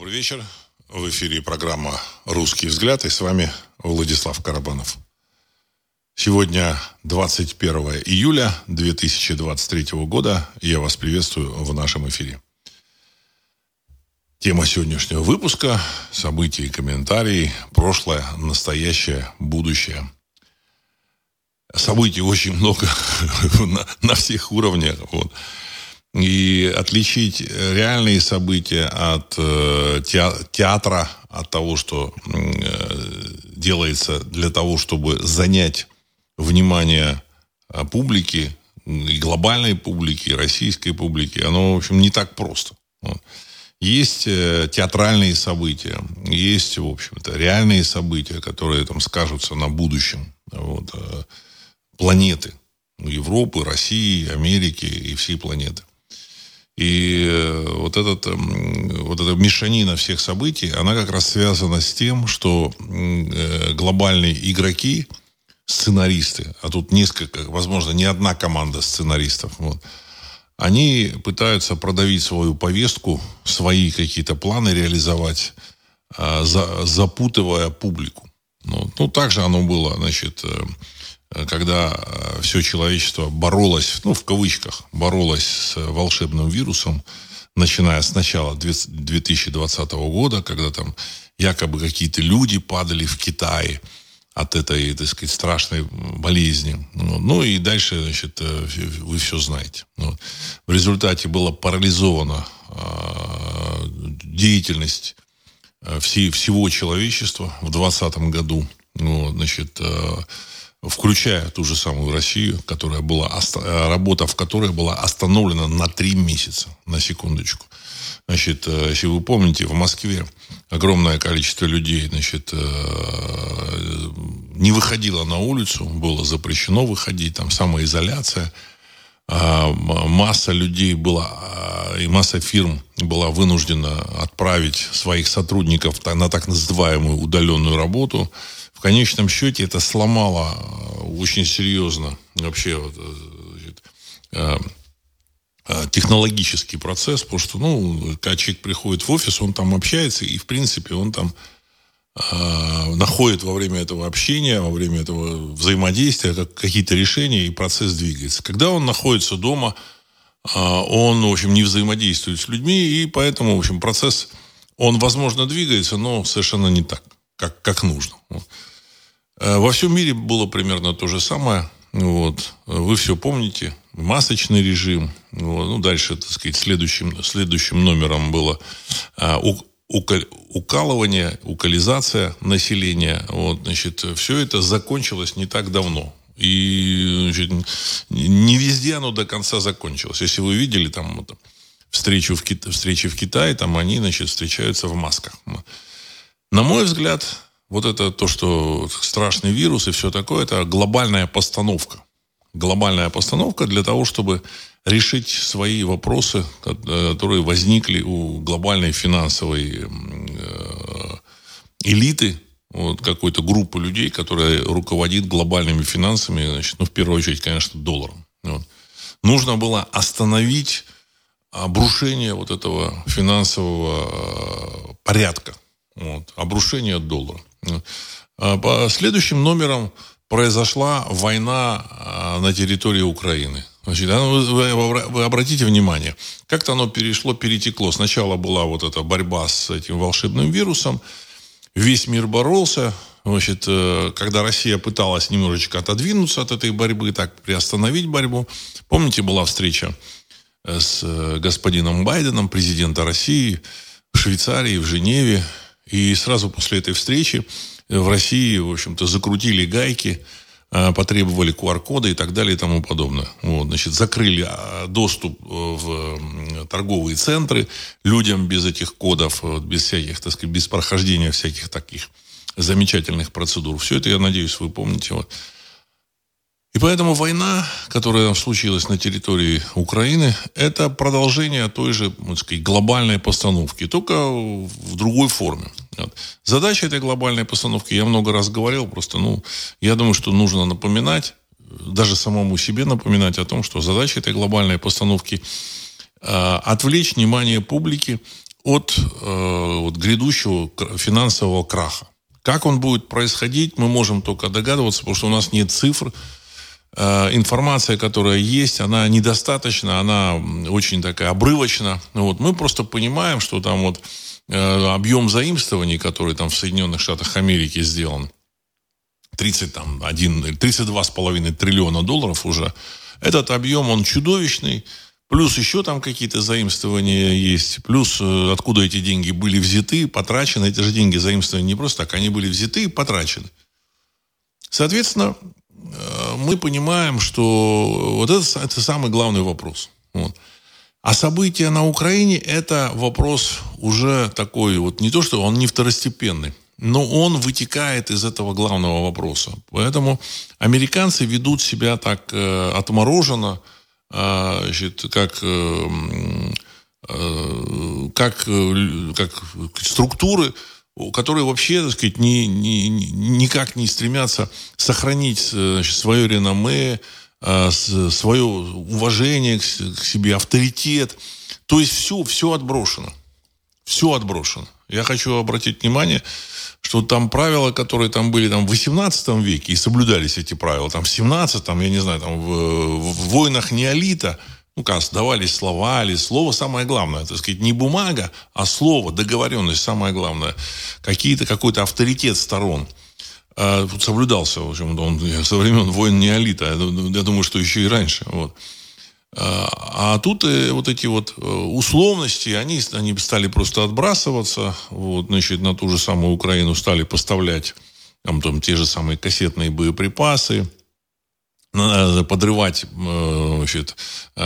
Добрый вечер. В эфире программа «Русский взгляд» и с вами Владислав Карабанов. Сегодня 21 июля 2023 года. Я вас приветствую в нашем эфире. Тема сегодняшнего выпуска – события и комментарии, прошлое, настоящее, будущее. Событий очень много на всех уровнях. Вот. И отличить реальные события от театра, от того, что делается для того, чтобы занять внимание публики, и глобальной публики, и российской публики, оно, в общем, не так просто. Вот. Есть театральные события, есть, в общем-то, реальные события, которые там скажутся на будущем вот, планеты. Европы, России, Америки и всей планеты. И вот эта мешанина всех событий, она как раз связана с тем, что глобальные игроки, сценаристы, а тут несколько, возможно, не одна команда сценаристов, вот, они пытаются продавить свою повестку, свои какие-то планы реализовать, запутывая публику. Ну, так же оно было, значит, когда все человечество боролось, в кавычках, боролось с волшебным вирусом, начиная с начала 2020 года, когда там якобы какие-то люди падали в Китае от этой, так сказать, страшной болезни. Ну и дальше, значит, вы все знаете. Вот. В результате была парализована деятельность всего человечества в 2020 году. Вот, значит, включая ту же самую Россию, работа в которой была остановлена на 3 месяца, на секундочку. Значит, если вы помните, в Москве огромное количество людей, значит, не выходило на улицу, было запрещено выходить, там самоизоляция, масса людей была, и масса фирм была вынуждена отправить своих сотрудников на так называемую удаленную работу. В конечном счете это сломало очень серьезно вообще технологический процесс, потому что, когда человек приходит в офис, он там общается, и, в принципе, он там находит во время этого общения, во время этого взаимодействия какие-то решения, и процесс двигается. Когда он находится дома, он, в общем, не взаимодействует с людьми, и поэтому, в общем, процесс, он, возможно, двигается, но совершенно не так, как нужно. Во всем мире было примерно то же самое. Вот. Вы все помните. Масочный режим. Вот. Дальше, так сказать, следующим номером было укалывание, укализация населения. Вот. Значит, все это закончилось не так давно. И, значит, не везде оно до конца закончилось. Если вы видели там встречи в Китае, там они, значит, встречаются в масках. На мой взгляд, вот это то, что страшный вирус и все такое, это глобальная постановка. Глобальная постановка для того, чтобы решить свои вопросы, которые возникли у глобальной финансовой элиты, вот, какой-то группы людей, которая руководит глобальными финансами, значит, в первую очередь, конечно, долларом. Вот. Нужно было остановить обрушение вот этого финансового порядка. Вот, обрушение доллара. По следующим номерам произошла война на территории Украины. Значит, вы обратите внимание, как-то оно перетекло. Сначала была вот эта борьба с этим волшебным вирусом. Весь мир боролся. Значит, когда Россия пыталась немножечко отодвинуться от этой борьбы, так приостановить борьбу. Помните, была встреча с господином Байденом, президента России, в Швейцарии, в Женеве. И сразу после этой встречи в России, в общем-то, закрутили гайки, потребовали QR-коды и так далее и тому подобное. Вот, значит, закрыли доступ в торговые центры людям без этих кодов, без всяких, так сказать, без прохождения всяких таких замечательных процедур. Все это, я надеюсь, вы помните. Вот. И поэтому война, которая случилась на территории Украины, это продолжение той же, так сказать, глобальной постановки, только в другой форме. Вот. Задача этой глобальной постановки, я много раз говорил, просто, я думаю, что нужно напоминать, даже самому себе напоминать о том, что задача этой глобальной постановки отвлечь внимание публики от вот грядущего финансового краха. Как он будет происходить, мы можем только догадываться, потому что у нас нет цифр. Информация, которая есть, она недостаточна, она очень такая обрывочна. Вот. Мы просто понимаем, что там вот объем заимствований, который там в Соединенных Штатах Америки сделан, 32,5 триллиона долларов уже, этот объем, он чудовищный. Плюс еще там какие-то заимствования есть. Плюс откуда эти деньги были взяты, потрачены. Эти же деньги заимствованы не просто так, они были взяты и потрачены. Соответственно, мы понимаем, что вот это самый главный вопрос. Вот. А события на Украине – это вопрос уже такой, вот не то, что он не второстепенный, но он вытекает из этого главного вопроса. Поэтому американцы ведут себя так отмороженно, значит, как структуры, которые вообще, так сказать, никак не стремятся сохранить, значит, свое реноме, свое уважение к себе, авторитет. То есть все отброшено. Все отброшено. Я хочу обратить внимание, что там правила, которые там были там, в 18 веке, и соблюдались эти правила, там, в 17-м, я не знаю, там, в войнах неолита, давались слова, или слово самое главное, так сказать, не бумага, а слово, договоренность самое главное, какой-то авторитет сторон. Тут соблюдался, в общем, он со времен войн неолита, я думаю, что еще и раньше, вот. А тут вот эти вот условности, они стали просто отбрасываться. Вот, значит, на ту же самую Украину стали поставлять там те же самые кассетные боеприпасы, подрывать, значит,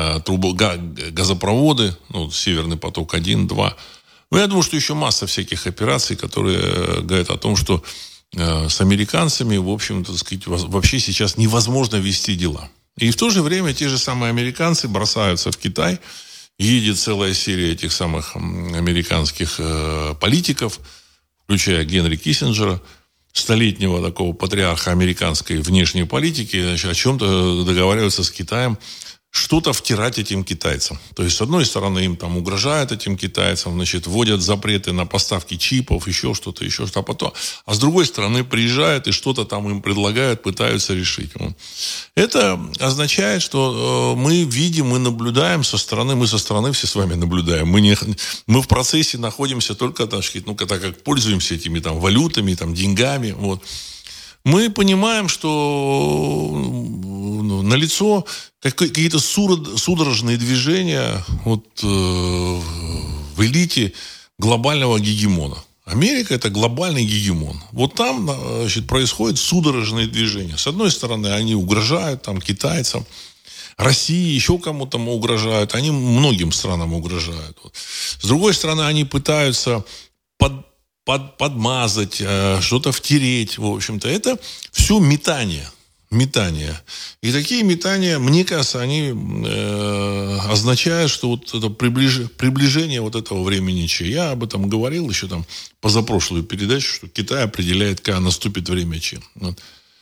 газопроводы, Северный поток-1, 2. Но я думаю, что еще масса всяких операций, которые говорят о том, что с американцами, в общем-то, так сказать, вообще сейчас невозможно вести дела. И в то же время те же самые американцы бросаются в Китай. Едет целая серия этих самых американских политиков, включая Генри Киссинджера, столетнего такого патриарха американской внешней политики, значит, о чем-то договариваются с Китаем, что-то втирать этим китайцам. То есть, с одной стороны, им там угрожают этим китайцам, значит, вводят запреты на поставки чипов, еще что-то, а потом. А с другой стороны, приезжают и что-то там им предлагают, пытаются решить. Это означает, что мы видим, мы наблюдаем со стороны, мы со стороны все с вами наблюдаем. Мы в процессе находимся только, так сказать, так как пользуемся этими там валютами, там деньгами, вот. Мы понимаем, что налицо какие-то судорожные движения вот, в элите глобального гегемона. Америка – это глобальный гегемон. Вот там, значит, происходят судорожные движения. С одной стороны, они угрожают там, китайцам, России, еще кому-то угрожают. Они многим странам угрожают. С другой стороны, они пытаются подмазать, что-то втереть, в общем-то. Это все метание. И такие метания, мне кажется, они означают, что вот это приближение вот этого времени Че. Я об этом говорил еще там позапрошлую передачу, что Китай определяет, когда наступит время Че. Вот.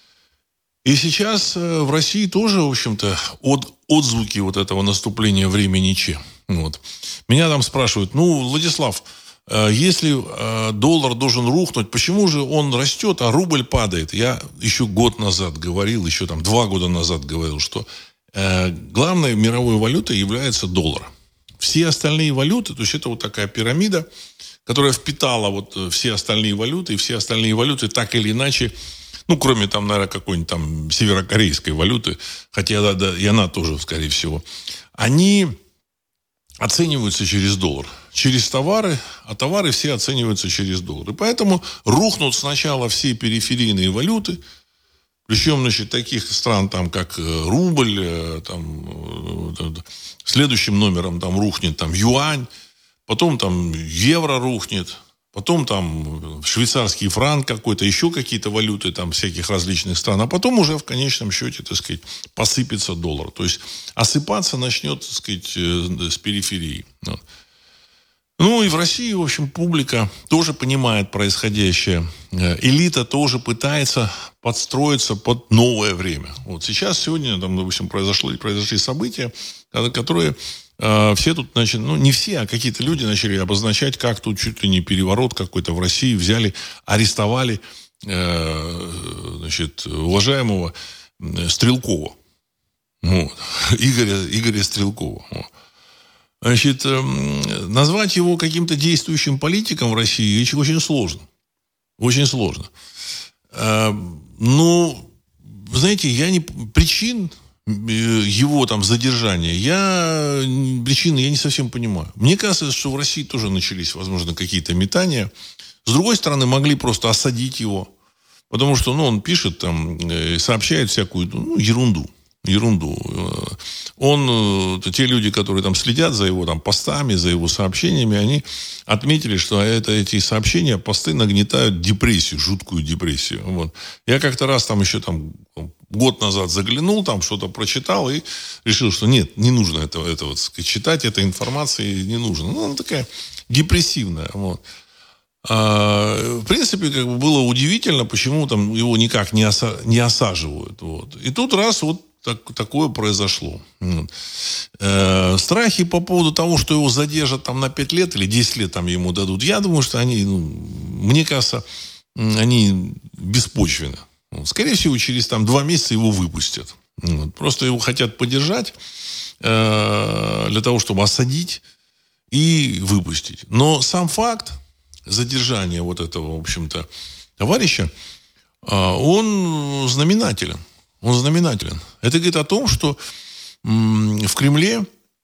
И сейчас в России тоже, в общем-то, отзвуки вот этого наступления времени Че. Вот. Меня там спрашивают, Владислав, если доллар должен рухнуть, почему же он растет, а рубль падает? Я еще год назад говорил, еще там 2 года назад говорил, что главной мировой валютой является доллар. Все остальные валюты, то есть это вот такая пирамида, которая впитала вот все остальные валюты, и все остальные валюты так или иначе, кроме там, наверное, какой-нибудь там северокорейской валюты, хотя и она тоже, скорее всего, они оцениваются через доллар. Через товары, а товары все оцениваются через доллар. И поэтому рухнут сначала все периферийные валюты, причем, значит, таких стран, там, как рубль, там, следующим номером там рухнет там, юань, потом там евро рухнет, потом там швейцарский франк какой-то, еще какие-то валюты там всяких различных стран, а потом уже в конечном счете, так сказать, посыпется доллар. То есть осыпаться начнет, так сказать, с периферии. Вот. И в России, в общем, публика тоже понимает происходящее. Элита тоже пытается подстроиться под новое время. Вот сейчас, сегодня, там, допустим, произошли события, которые все тут, значит, не все, а какие-то люди начали обозначать, как тут чуть ли не переворот какой-то в России. Взяли, арестовали, значит, уважаемого Стрелкова. Вот. Игоря Стрелкова. Вот. Значит, назвать его каким-то действующим политиком в России очень сложно. Очень сложно. Ну, знаете, причин его там задержания, причины я не совсем понимаю. Мне кажется, что в России тоже начались, возможно, какие-то метания. С другой стороны, могли просто осадить его. Потому что, он пишет там, сообщает всякую, ерунду. Те люди, которые там следят за его там постами, за его сообщениями, они отметили, что эти сообщения, посты нагнетают депрессию, жуткую депрессию. Вот. Я как-то раз там еще год назад заглянул, там что-то прочитал и решил, что нет, не нужно этого читать, этой информации не нужно. Она такая депрессивная. Вот. В принципе, было удивительно, почему там его никак не осаживают. Вот. И тут раз такое произошло. Страхи по поводу того, что его задержат там на 5 лет или 10 лет там ему дадут, я думаю, что мне кажется, они беспочвенны. Скорее всего, через 2 месяца его выпустят. Просто его хотят подержать для того, чтобы осадить и выпустить. Но сам факт задержания этого, в общем-то, товарища, он знаменателен. Это говорит о том, что в Кремле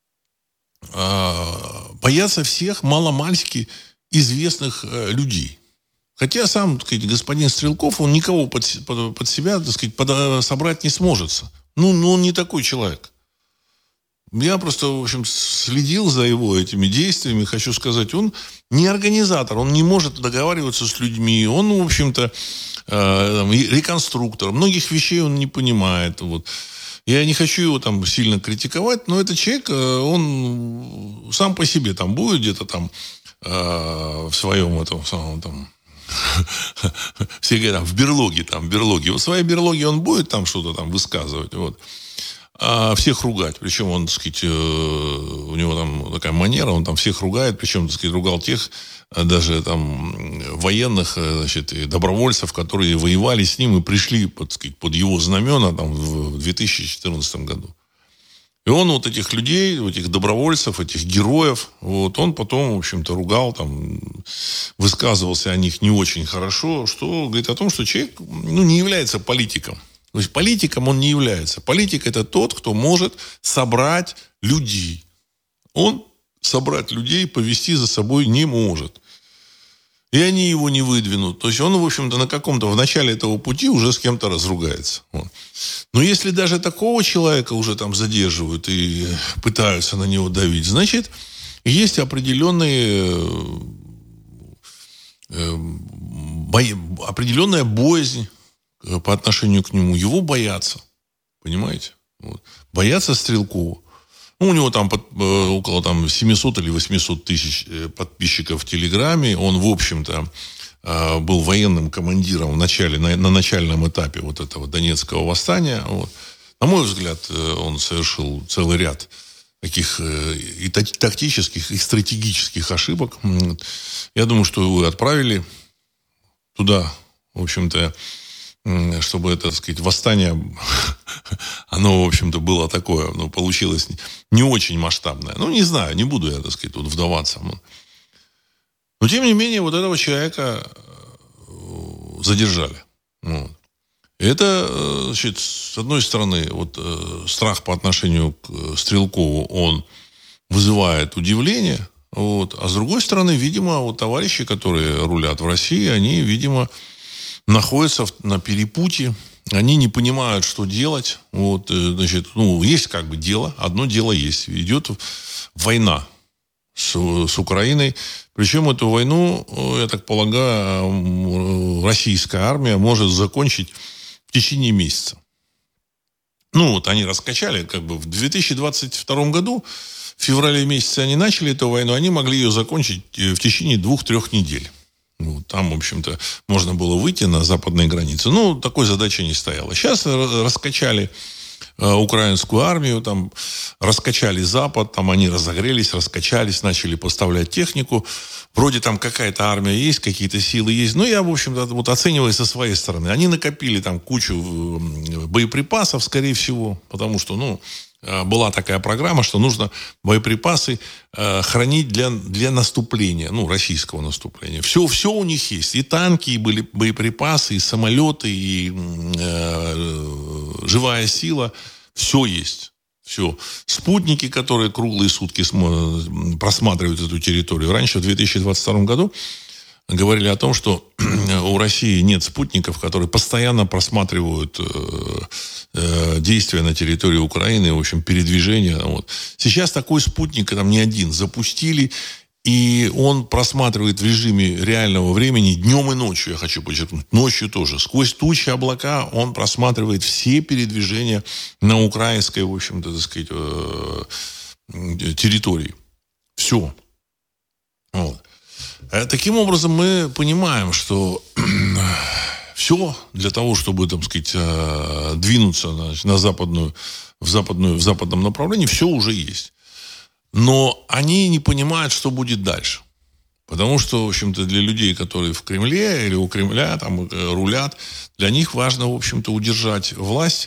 боятся всех маломальски известных людей. Хотя сам, так сказать, господин Стрелков, он никого под себя, так сказать, собрать не сможет. Он не такой человек. Я просто, в общем, следил за его этими действиями. Хочу сказать, он не организатор, он не может договариваться с людьми. Он, в общем-то, реконструктор. Многих вещей он не понимает. Вот. Я не хочу его там сильно критиковать, но этот человек, он сам по себе там будет где-то там в своем этом самом там все говорят, в берлоге. Вот в своей берлоге он будет там что-то там высказывать. Вот. А всех ругать. Причем он, так сказать, у него там такая манера, он там всех ругает, причем, так сказать, ругал тех даже там военных, значит, и добровольцев, которые воевали с ним и пришли, так сказать, под его знамена там в 2014 году. И он этих людей, этих добровольцев, этих героев, он потом, в общем-то, ругал, там, высказывался о них не очень хорошо, что говорит о том, что человек, не является политиком. То есть политиком он не является. Политик – это тот, кто может собрать людей. Он собрать людей, повести за собой не может. И они его не выдвинут. То есть он, в общем-то, в начале этого пути уже с кем-то разругается. Вот. Но если даже такого человека уже там задерживают и пытаются на него давить, значит, есть определенная боязнь по отношению к нему. Его боятся. Понимаете? Вот. Боятся Стрелкова. У него там около 700 или 800 тысяч подписчиков в Телеграме. Он, в общем-то, был военным командиром на начальном этапе этого Донецкого восстания. Вот. На мой взгляд, он совершил целый ряд таких и тактических, и стратегических ошибок. Я думаю, что его отправили туда, в общем-то, чтобы это, так сказать, восстание, оно, в общем-то, было такое, получилось не очень масштабное. Не знаю, не буду я, так сказать, тут вдаваться. Но, тем не менее, этого человека задержали. Это, значит, с одной стороны, страх по отношению к Стрелкову, он вызывает удивление, а с другой стороны, видимо, товарищи, которые рулят в России, они, видимо, находятся на перепутье, они не понимают, что делать. Значит, есть дело, одно дело есть. Идет война с Украиной. Причем эту войну, я так полагаю, российская армия может закончить в течение месяца. Они раскачали, в 2022 году, в феврале месяце они начали эту войну, они могли ее закончить в течение 2-3 недель. Там, в общем-то, можно было выйти на западные границы. Такой задачи не стояло. Сейчас раскачали украинскую армию, там раскачали Запад, там они разогрелись, раскачались, начали поставлять технику. Вроде там какая-то армия есть, какие-то силы есть. Но я, в общем-то, вот оцениваю со своей стороны. Они накопили там кучу боеприпасов, скорее всего, потому что, была такая программа, что нужно боеприпасы хранить для наступления, российского наступления. Все у них есть. И танки, и боеприпасы, и самолеты, и живая сила. Все есть. Все. Спутники, которые круглые сутки просматривают эту территорию. Раньше, в 2022 году, говорили о том, что у России нет спутников, которые постоянно просматривают действия на территории Украины, в общем, передвижения. Вот. Сейчас такой спутник, там не один, запустили, и он просматривает в режиме реального времени днем и ночью, я хочу подчеркнуть, ночью тоже. Сквозь тучи, облака он просматривает все передвижения на украинской, в общем-то, так сказать, территории. Все. Вот. Таким образом, мы понимаем, что все для того, чтобы, так сказать, двинуться в западном направлении, все уже есть. Но они не понимают, что будет дальше. Потому что, в общем-то, для людей, которые в Кремле или у Кремля там рулят, для них важно, в общем-то, удержать власть.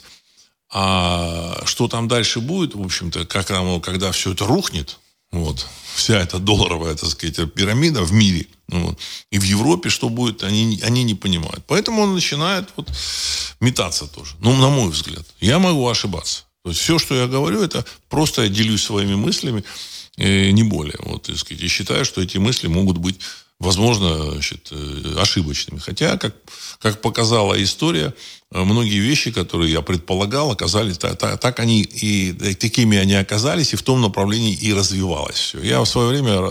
А что там дальше будет, в общем-то, когда все это рухнет, вот, вся эта долларовая, так сказать, пирамида в мире, и в Европе что будет, они не понимают. Поэтому он начинает метаться тоже. На мой взгляд. Я могу ошибаться. То есть все, что я говорю, это просто я делюсь своими мыслями, не более. Так сказать, и считаю, что эти мысли могут быть, возможно, ошибочными. Хотя, как показала история, многие вещи, которые я предполагал, оказались так они и такими они оказались, и в том направлении и развивалось все. Я в свое время,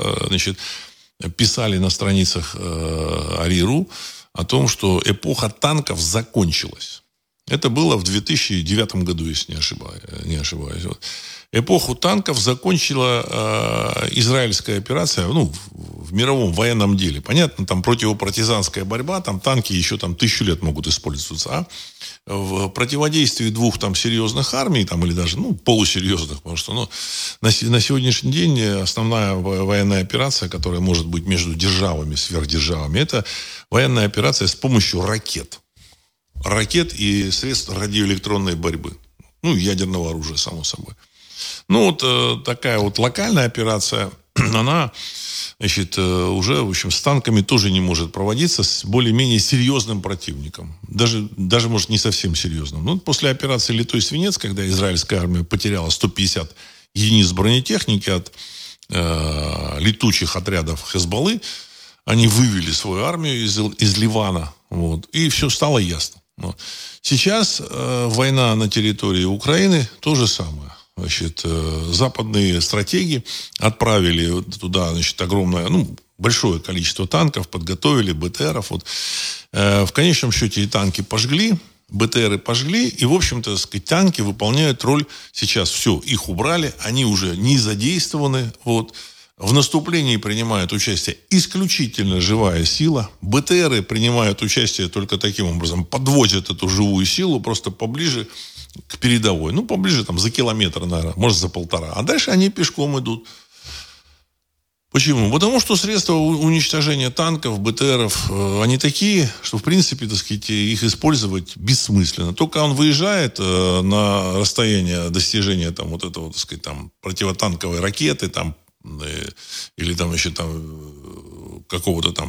писали на страницах Ари.ру о том, что эпоха танков закончилась. Это было в 2009 году, если не ошибаюсь. Эпоху танков закончила израильская операция, в мировом военном деле. Понятно, там противопартизанская борьба, там танки еще 1000 лет могут использоваться. А в противодействии двух серьезных армий, или даже полусерьезных, потому что на сегодняшний день основная военная операция, которая может быть между державами, сверхдержавами, это военная операция с помощью ракет и средств радиоэлектронной борьбы. Ядерного оружия, само собой. Такая локальная операция, она, уже, в общем, с танками тоже не может проводиться с более-менее серьезным противником. Даже может, не совсем серьезным. После операции «Литой свинец», когда израильская армия потеряла 150 единиц бронетехники от летучих отрядов Хезболлы, они вывели свою армию из Ливана. И все стало ясно. Сейчас война на территории Украины то же самое. Западные стратеги отправили туда, огромное, большое количество танков, подготовили, БТРов. В конечном счете и танки пожгли, БТРы пожгли, и, в общем-то, танки выполняют роль, сейчас все, их убрали, они уже не задействованы, В наступлении принимает участие исключительно живая сила. БТРы принимают участие только таким образом. Подвозят эту живую силу просто поближе к передовой. Поближе за километр, наверное, может, за 1,5. А дальше они пешком идут. Почему? Потому что средства уничтожения танков, БТРов, они такие, что, в принципе, так сказать, их использовать бессмысленно. Только он выезжает на расстояние достижения этого, так сказать, противотанковой ракеты, или еще какого-то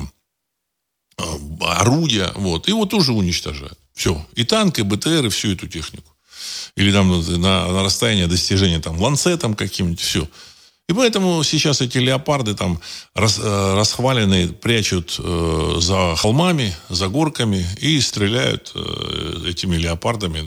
орудия, и его тоже уничтожают. Все. И танки, и БТР, и всю эту технику. Или на расстояние достижения ланцетом каким-нибудь, все. И поэтому сейчас эти леопарды расхваленные прячут за холмами, за горками и стреляют этими леопардами,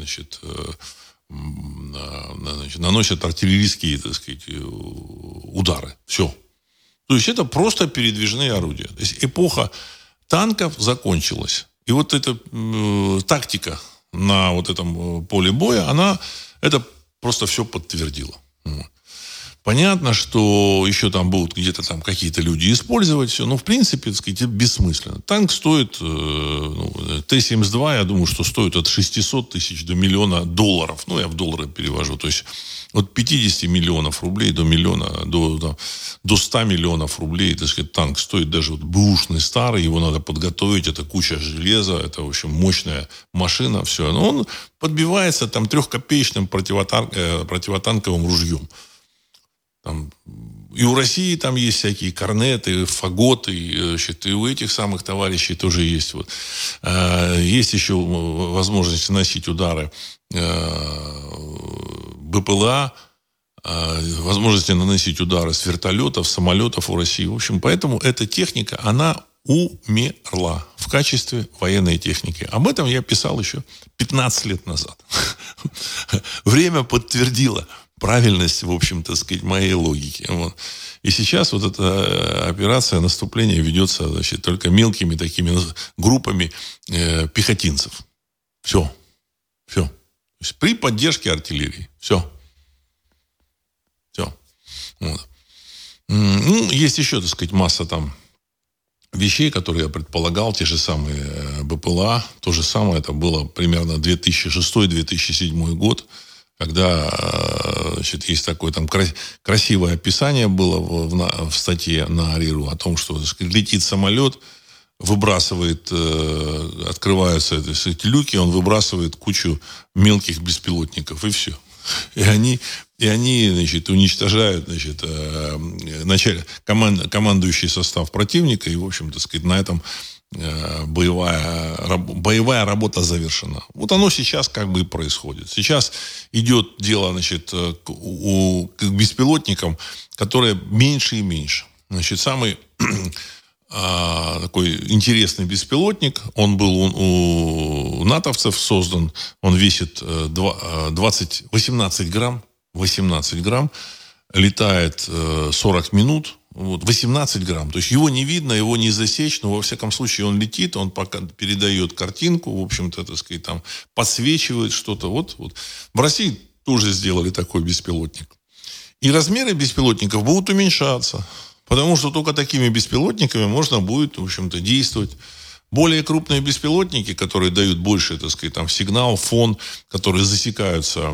наносят артиллерийские, так сказать, удары. Все. То есть это просто передвижные орудия. То есть эпоха танков закончилась. И эта тактика на этом поле боя, она это просто все подтвердила. Понятно, что еще там будут где-то там какие-то люди использовать все, но в принципе, так сказать, это бессмысленно. Танк стоит, Т-72, я думаю, что стоит от 600 тысяч до миллиона долларов. Ну, я в доллары перевожу. То есть от 50 миллионов рублей до миллиона, до 100 миллионов рублей, так сказать, танк стоит. Даже вот бэушный старый, его надо подготовить, это куча железа, это, в общем, мощная машина, все. Но он подбивается там 3-копеечным противотанковым ружьем. Там, и у России там есть всякие корнеты, фаготы, значит, и у этих самых товарищей тоже есть. Вот. Есть еще возможность наносить удары БПЛА, возможности наносить удары с вертолетов, самолетов у России. В общем, поэтому эта техника, она умерла в качестве военной техники. Об этом я писал еще 15 лет назад. Время подтвердило правильность, в общем-то, сказать, моей логики. Вот. И сейчас вот эта операция наступления ведется, значит, только мелкими такими группами пехотинцев. Все. То есть при поддержке артиллерии. Все. Вот. Ну, есть еще, так сказать, масса там вещей, которые я предполагал, те же самые БПЛА. То же самое, это было примерно 2006-2007 год, когда, значит, есть такое там красивое описание было в статье на АРИРУ о том, что, так сказать, летит самолет, выбрасывает, открываются эти люки, он выбрасывает кучу мелких беспилотников, и все. И они, значит, уничтожают, значит, командующий состав противника, и, в общем, так сказать, на этом боевая работа завершена. Вот оно сейчас как бы и происходит. Сейчас идет дело, значит, к беспилотникам, которые меньше и меньше. Значит, самый такой интересный беспилотник, он был у натовцев создан, он весит 18 грамм, летает 40 минут, вот, 18 грамм. То есть его не видно, его не засечь, но во всяком случае он летит, он пока передает картинку, в общем-то, так сказать, там подсвечивает что-то. Вот. В России тоже сделали такой беспилотник. И размеры беспилотников будут уменьшаться, потому что только такими беспилотниками можно будет, в общем-то, действовать. Более крупные беспилотники, которые дают больше, так сказать, там, сигнал, фон, которые засекаются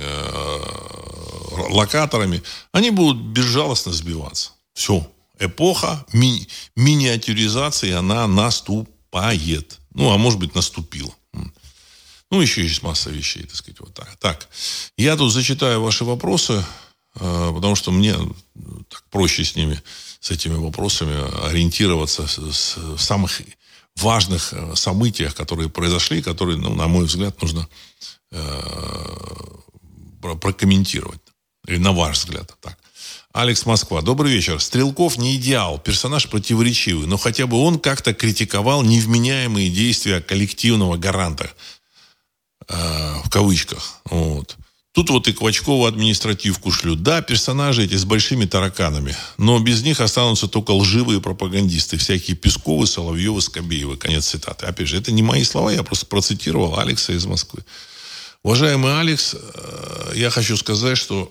локаторами, они будут безжалостно сбиваться. Все. Эпоха миниатюризации, она наступает. Ну, а может быть, наступила. Ну, еще есть масса вещей, так сказать, вот так. Так, я тут зачитаю ваши вопросы, потому что мне так проще с этими вопросами ориентироваться в самых важных событиях, которые произошли, которые, ну, на мой взгляд, нужно прокомментировать. Или на ваш взгляд. Так. Алекс, Москва. Добрый вечер. Стрелков не идеал, персонаж противоречивый, но хотя бы он как-то критиковал невменяемые действия коллективного гаранта. В кавычках. Вот. Тут вот и Квачкову административку шлют. Да, персонажи эти с большими тараканами, но без них останутся только лживые пропагандисты, всякие Песковы, Соловьевы, Скобеевы. Конец цитаты. Опять же, это не мои слова, я просто процитировал Алекса из Москвы. Уважаемый Алекс, я хочу сказать, что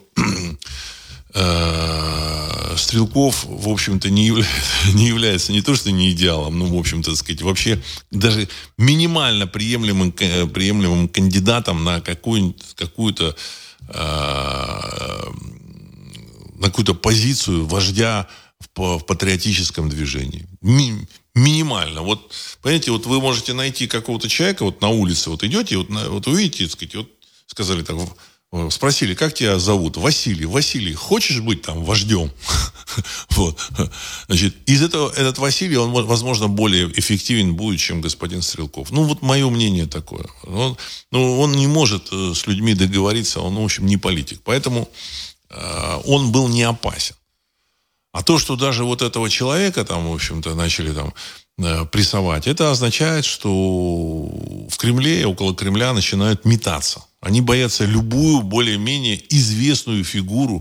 Стрелков, в общем-то, не является не то, что не идеалом, но, в общем-то, так сказать, вообще даже минимально приемлемым кандидатом на какую-то позицию вождя в патриотическом движении. Минимально. Вот, понимаете, вот вы можете найти какого-то человека вот на улице, вот идете, вот увидите, так сказать, вот сказали так, спросили, как тебя зовут? Василий, хочешь быть там вождем? Вот. Значит, этот Василий, он, возможно, более эффективен будет, чем господин Стрелков. Ну, вот мое мнение такое. Он не может с людьми договориться, он, в общем, не политик. Поэтому он был не опасен. А то, что даже вот этого человека там, в общем-то, начали там прессовать, это означает, что в Кремле, около Кремля начинают метаться. Они боятся любую более-менее известную фигуру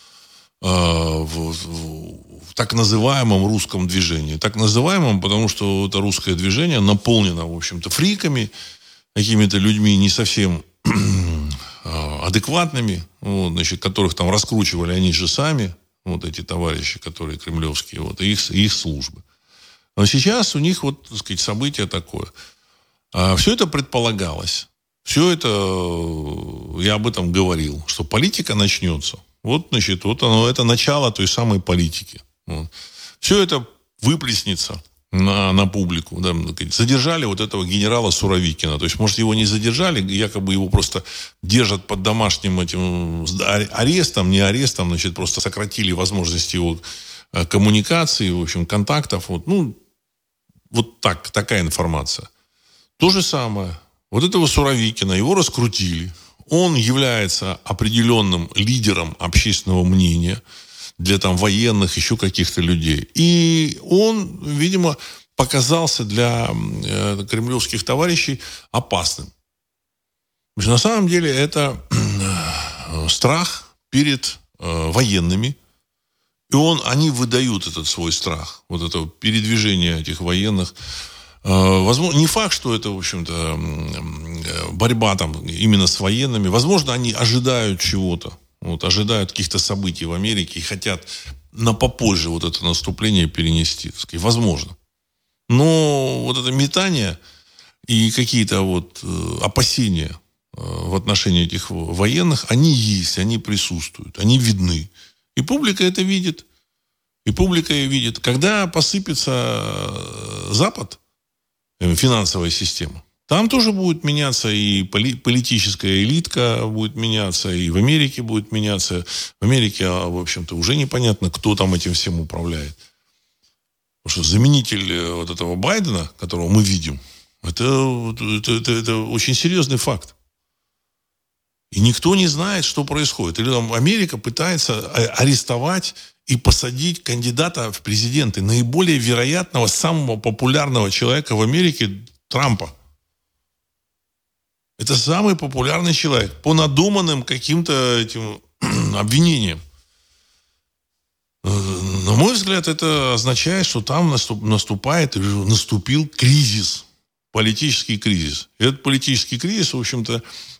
в так называемом русском движении. Так называемом, потому что это русское движение наполнено, в общем-то, фриками, какими-то людьми не совсем адекватными, вот, значит, которых там раскручивали они же сами, вот эти товарищи, которые кремлевские, вот, и их службы. Но сейчас у них, вот, так сказать, событие такое. Все это предполагалось. Все это, я об этом говорил, что политика начнется. Вот, значит, вот оно, это начало той самой политики. Вот. Все это выплеснется на публику. Да, задержали вот этого генерала Суровикина. То есть, может, его не задержали, якобы его просто держат под домашним этим арестом, не арестом, значит, просто сократили возможности его коммуникации, в общем, контактов. Вот, ну, вот так, такая информация. То же самое. Вот этого Суровикина, его раскрутили. Он является определенным лидером общественного мнения для там военных, еще каких-то людей. И он, видимо, показался для кремлевских товарищей опасным. На самом деле это страх перед военными. И они выдают этот свой страх. Вот это передвижение этих военных. Возможно, не факт, что это, в общем-то, борьба там именно с военными. Возможно, они ожидают чего-то. Вот, ожидают каких-то событий в Америке и хотят на попозже вот это наступление перенести. Так сказать, возможно. Но вот это метание и какие-то вот опасения в отношении этих военных, они есть, они присутствуют, они видны. И публика это видит. И публика ее видит. Когда посыпется Запад, финансовая система, там тоже будет меняться и политическая элитка будет меняться, и в Америке будет меняться. В Америке, в общем-то, уже непонятно, кто там этим всем управляет. Потому что заменитель вот этого Байдена, которого мы видим, это очень серьезный факт. И никто не знает, что происходит. Или там Америка пытается арестовать и посадить кандидата в президенты, наиболее вероятного, самого популярного человека в Америке, Трампа. Это самый популярный человек по надуманным каким-то этим обвинениям. На мой взгляд, это означает, что там наступил кризис, политический кризис. И этот политический кризис, в общем-то,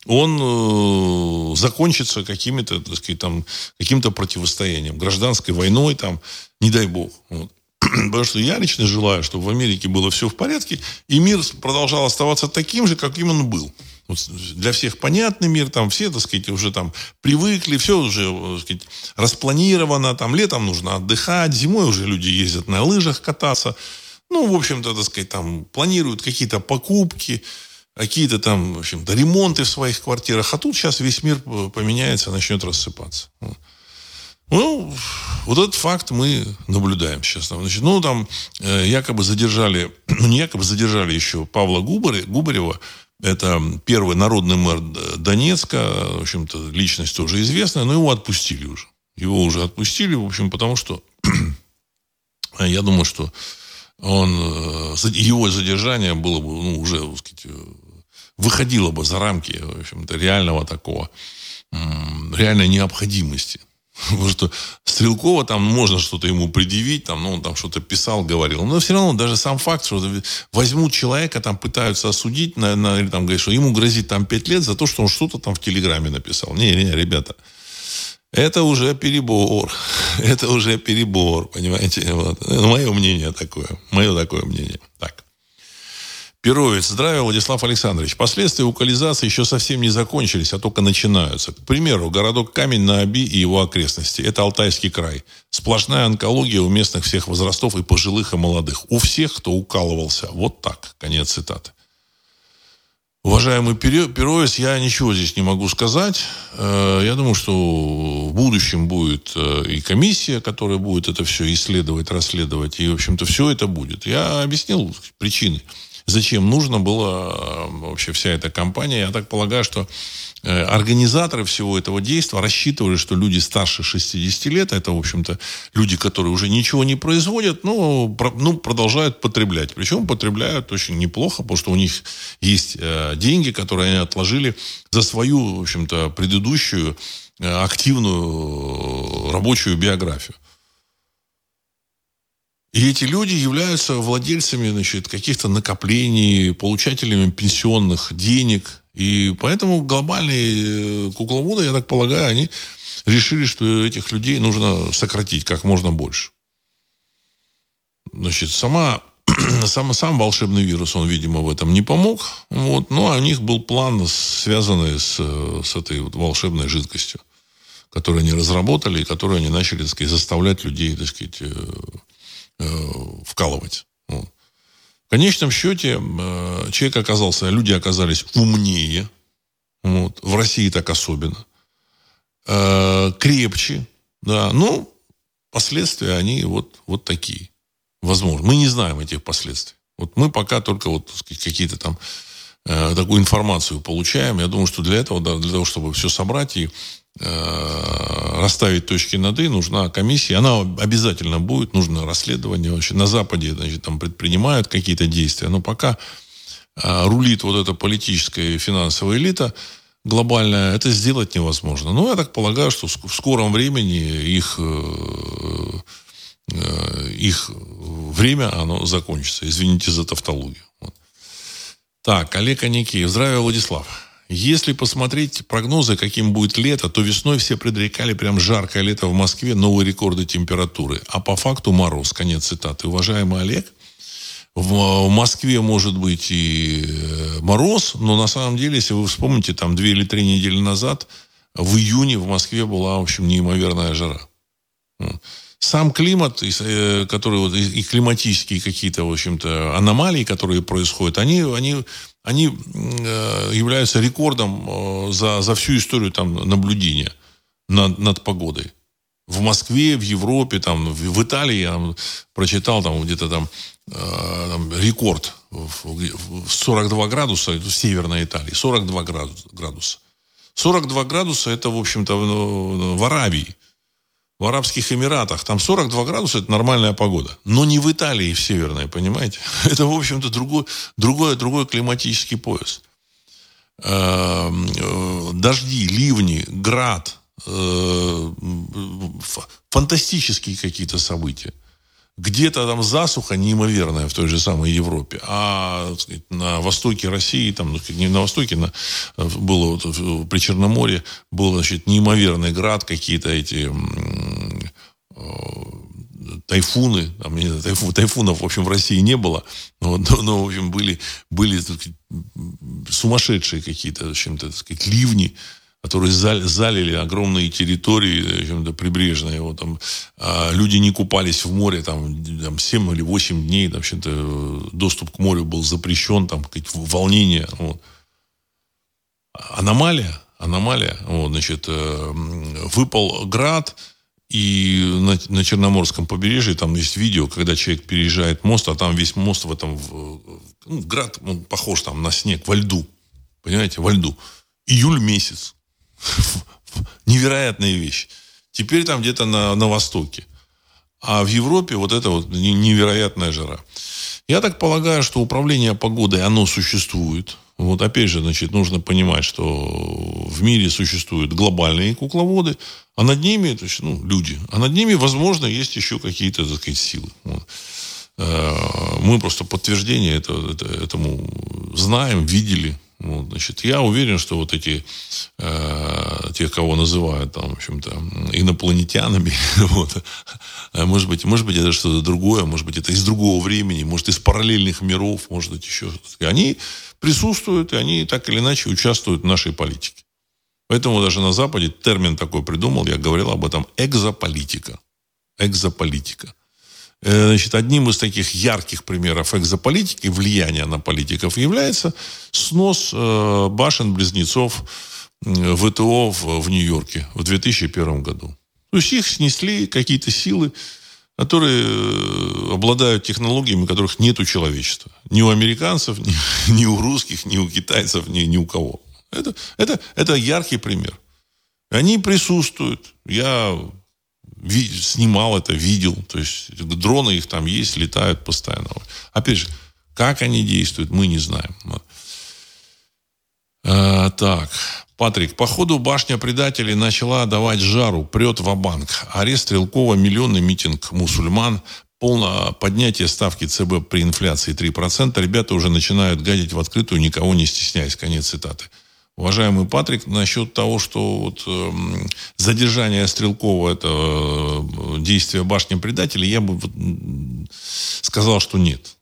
он закончится какими-то, так сказать, там, каким-то противостоянием, гражданской войной, там, не дай бог. Вот. Потому что я лично желаю, чтобы в Америке было все в порядке, и мир продолжал оставаться таким же, каким он был. Вот для всех понятный мир, там все, так сказать, уже там привыкли, все уже, так сказать, распланировано, там летом нужно отдыхать, зимой уже люди ездят на лыжах кататься. Ну, в общем-то, так сказать, там планируют какие-то покупки, какие-то там, в общем-то, ремонты в своих квартирах. А тут сейчас весь мир поменяется, начнет рассыпаться. Ну, вот этот факт мы наблюдаем сейчас. Значит, ну, там якобы задержали, не якобы задержали еще Павла Губарева. Это первый народный мэр Донецка. В общем-то, личность тоже известная, но его отпустили уже. Его уже отпустили, в общем, потому что я думаю, что его задержание было бы, ну, уже, так сказать, выходило бы за рамки, в общем-то, реального такого, реальной необходимости. Потому что Стрелкова там можно что-то ему предъявить, там, ну, он там что-то писал, говорил. Но все равно даже сам факт, что возьмут человека, там пытаются осудить, или там говорят, что ему грозит там 5 лет за то, что он что-то там в Телеграме написал. Не, ребята, это уже перебор. Это уже перебор, понимаете? Вот. Мое мнение такое. Мое такое мнение. Так. Перовец. Здравия, Владислав Александрович. Последствия локализации еще совсем не закончились, а только начинаются. К примеру, городок Камень на Оби и его окрестности. Это Алтайский край. Сплошная онкология у местных всех возрастов и пожилых, и молодых. У всех, кто укалывался. Вот так. Конец цитаты. Уважаемый Перовец, я ничего здесь не могу сказать. Я думаю, что в будущем будет и комиссия, которая будет это все исследовать, расследовать. И, в общем-то, все это будет. Я объяснил причины. Зачем нужно было вообще вся эта кампания. Я так полагаю, что организаторы всего этого действия рассчитывали, что люди старше 60 лет, это, в общем-то, люди, которые уже ничего не производят, но продолжают потреблять. Причем потребляют очень неплохо, потому что у них есть деньги, которые они отложили за свою, в общем-то, предыдущую активную рабочую биографию. И эти люди являются владельцами, значит, каких-то накоплений, получателями пенсионных денег. И поэтому глобальные кукловоды, я так полагаю, они решили, что этих людей нужно сократить как можно больше. Значит, сам волшебный вирус, он, видимо, в этом не помог. Вот. Ну, а у них был план, связанный с этой вот волшебной жидкостью, которую они разработали, и которую они начали, так сказать, заставлять людей, так сказать, вкалывать. Вот. В конечном счете, люди оказались умнее. Вот. В России так особенно. Крепче. Да. Ну, последствия, они вот такие. Возможно. Мы не знаем этих последствий. Вот мы пока только вот, так сказать, какие-то там такую информацию получаем. Я думаю, что для этого, да, для того, чтобы все собрать и расставить точки над «и», нужна комиссия. Она обязательно будет, нужно расследование. Вообще на Западе, значит, там предпринимают какие-то действия. Но пока рулит вот эта политическая и финансовая элита глобальная, это сделать невозможно. Но я так полагаю, что в скором времени их время, оно закончится. Извините за тавтологию. Вот. Так, Олег Аникеев. Здравия, Владислав. Если посмотреть прогнозы, каким будет лето, то весной все предрекали прям жаркое лето в Москве, новые рекорды температуры. А по факту мороз. Конец цитаты. Уважаемый Олег, в Москве может быть и мороз, но на самом деле, если вы вспомните, там 2 или 3 недели назад, в июне в Москве была, в общем, неимоверная жара. Сам климат, который вот, и климатические какие-то, в общем-то, аномалии, которые происходят, они являются рекордом за всю историю там, наблюдения над погодой. В Москве, в Европе, там, в Италии я прочитал там, где-то там рекорд в 42 градуса, в Северной Италии, 42 градуса. 42 градуса это, в общем-то, в Аравии. В Арабских Эмиратах там 42 градуса – это нормальная погода. Но не в Италии в Северной, понимаете? Это, в общем-то, другой климатический пояс. Дожди, ливни, град, фантастические какие-то события. Где-то там засуха неимоверная в той же самой Европе. А, так сказать, на востоке России, там, не на востоке, было вот, при Черноморье, был, значит, неимоверный град, какие-то эти тайфуны. Там, не знаю, тайфунов, в общем, в России не было. Но в общем, были так сказать, сумасшедшие какие-то, в общем-то, так сказать, ливни, которые залили огромные территории прибрежные. Вот, там, люди не купались в море там 7 или 8 дней. Там, вообще-то, доступ к морю был запрещен. Там, волнение. Вот. Аномалия. Вот, значит, выпал град. И на Черноморском побережье там есть видео, когда человек переезжает мост, а там весь мост в этом... град, он похож там на снег, во льду. Понимаете, во льду. Июль месяц. Невероятная вещь. Теперь там где-то на востоке. А в Европе вот это вот невероятная жара. Я так полагаю, что управление погодой, оно существует. Вот опять же, значит, нужно понимать, что в мире существуют глобальные кукловоды, а над ними, то есть, люди, а над ними, возможно, есть еще какие-то, так сказать, силы. Вот. Мы просто подтверждение этому знаем, видели. Вот, значит, я уверен, что вот эти, тех, кого называют там, в общем-то, инопланетянами, вот, может быть, это что-то другое, может быть, это из другого времени, может, из параллельных миров, может быть, еще что-то. Они присутствуют, и они так или иначе участвуют в нашей политике. Поэтому даже на Западе термин такой придумал, я говорил об этом, экзополитика. Экзополитика. Значит, одним из таких ярких примеров экзополитики, влияния на политиков, является снос башен-близнецов ВТО в Нью-Йорке в 2001 году. То есть их снесли какие-то силы, которые обладают технологиями, которых нет у человечества. Ни у американцев, ни у русских, ни у китайцев, ни у кого. Это яркий пример. Они присутствуют. Я снимал это, видел. То есть дроны их там есть, летают постоянно. Опять же, как они действуют, мы не знаем. Так, Патрик. Походу башня предателей начала давать жару, прет ва-банк. Арест Стрелкова, миллионный митинг мусульман, полное поднятие ставки ЦБ при инфляции 3%. Ребята уже начинают гадить в открытую, никого не стесняясь. Конец цитаты. уважаемый Патрик, насчет того, что вот, задержание Стрелкова — это действие башни предателей, я бы сказал, что нет.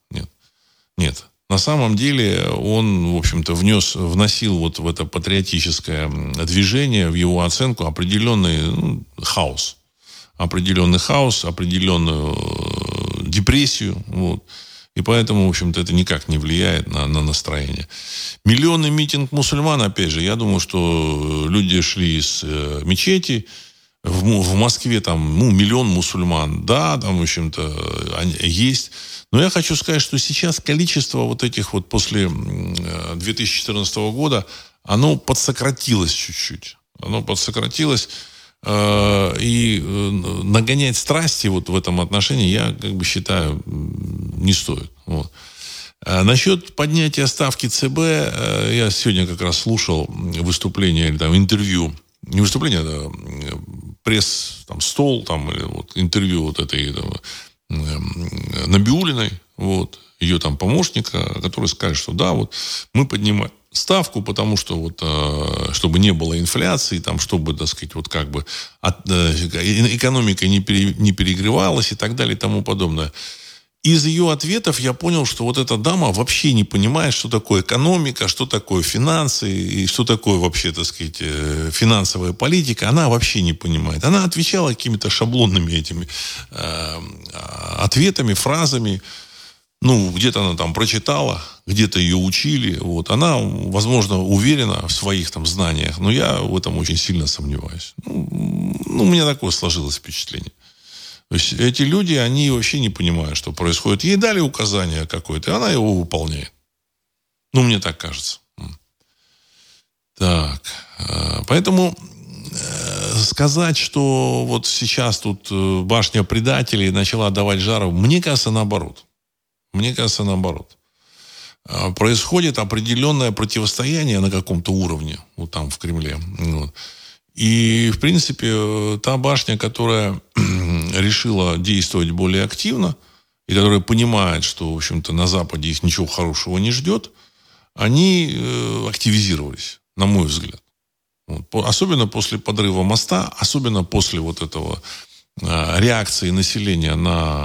На самом деле он, в общем-то, вносил вот в это патриотическое движение, в его оценку, определенный хаос. Определенную депрессию. Вот. И поэтому, в общем-то, это никак не влияет на настроение. Миллионный митинг мусульман, опять же, я думаю, что люди шли из мечети. В Москве там, миллион мусульман. Да, там, в общем-то, есть. Но я хочу сказать, что сейчас количество вот этих вот после 2014 года, оно подсократилось чуть-чуть. И нагонять страсти вот в этом отношении, я считаю, не стоит. Вот. Насчет поднятия ставки ЦБ, я сегодня как раз слушал выступление или там интервью, не выступление, а пресс-стол, или вот интервью вот этой Набиуллиной, вот, ее там помощника, который скажет, что да, вот мы поднимаем ставку, потому что вот, чтобы не было инфляции, там, чтобы, так сказать, вот экономика не перегревалась и так далее и тому подобное. Из ее ответов я понял, что вот эта дама вообще не понимает, что такое экономика, что такое финансы и что такое вообще, так сказать, финансовая политика. Она вообще не понимает. Она отвечала какими-то шаблонными этими ответами, фразами. Где-то она там прочитала, где-то ее учили. Вот. Она, возможно, уверена в своих там знаниях, но я в этом очень сильно сомневаюсь. У меня такое сложилось впечатление. То есть эти люди, они вообще не понимают, что происходит. Ей дали указание какое-то, и она его выполняет. Мне так кажется. Так. Поэтому сказать, что вот сейчас тут башня предателей начала давать жару, мне кажется, наоборот. Происходит определенное противостояние на каком-то уровне, вот там в Кремле. Вот. И, в принципе, та башня, которая решила действовать более активно, и которая понимает, что, в общем-то, на Западе их ничего хорошего не ждет, они активизировались, на мой взгляд. Вот. Особенно после подрыва моста, особенно после вот этого реакции населения на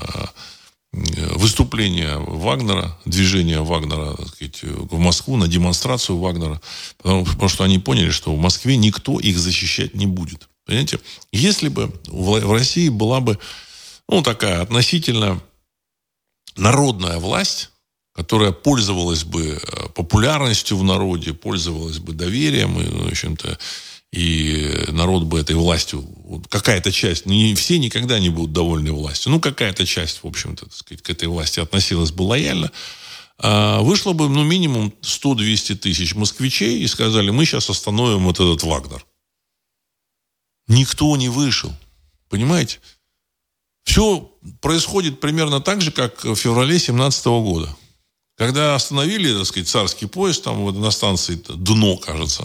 выступление Вагнера, движение Вагнера, так сказать, в Москву, на демонстрацию Вагнера, потому что они поняли, что в Москве никто их защищать не будет. Понимаете? Если бы в России была бы такая относительно народная власть, которая пользовалась бы популярностью в народе, пользовалась бы доверием, и, в общем-то, и народ бы этой властью, какая-то часть, не все никогда не будут довольны властью, какая-то часть, в общем-то, так сказать, к этой власти относилась бы лояльно, вышло бы, минимум 100-200 тысяч москвичей и сказали, мы сейчас остановим вот этот Вагнер. Никто не вышел. Понимаете? Все происходит примерно так же, как в феврале 2017 года. Когда остановили, так сказать, царский поезд, там на станции Дно, кажется,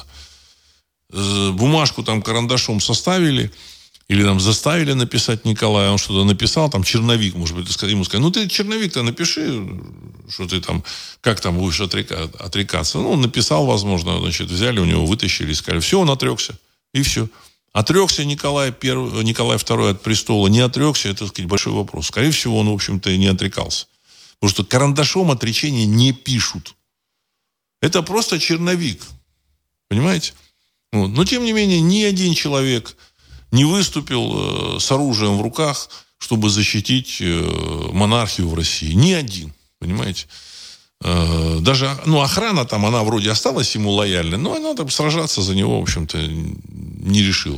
бумажку там карандашом составили, или там заставили написать Николая, он что-то написал, там черновик, может быть, ему сказали, ты черновик-то напиши, что ты там, как там будешь отрекаться. Он написал, возможно, взяли у него, вытащили и сказали, все, он отрекся, и все. Отрекся Николай II от престола, не отрекся, это, так сказать, большой вопрос. Скорее всего, он, в общем-то, и не отрекался. Потому что карандашом отречения не пишут. Это просто черновик. Понимаете? Но, тем не менее, ни один человек не выступил с оружием в руках, чтобы защитить монархию в России. Ни один. Понимаете? Даже охрана там, она вроде осталась ему лояльной, но она там сражаться за него, в общем-то, не решила.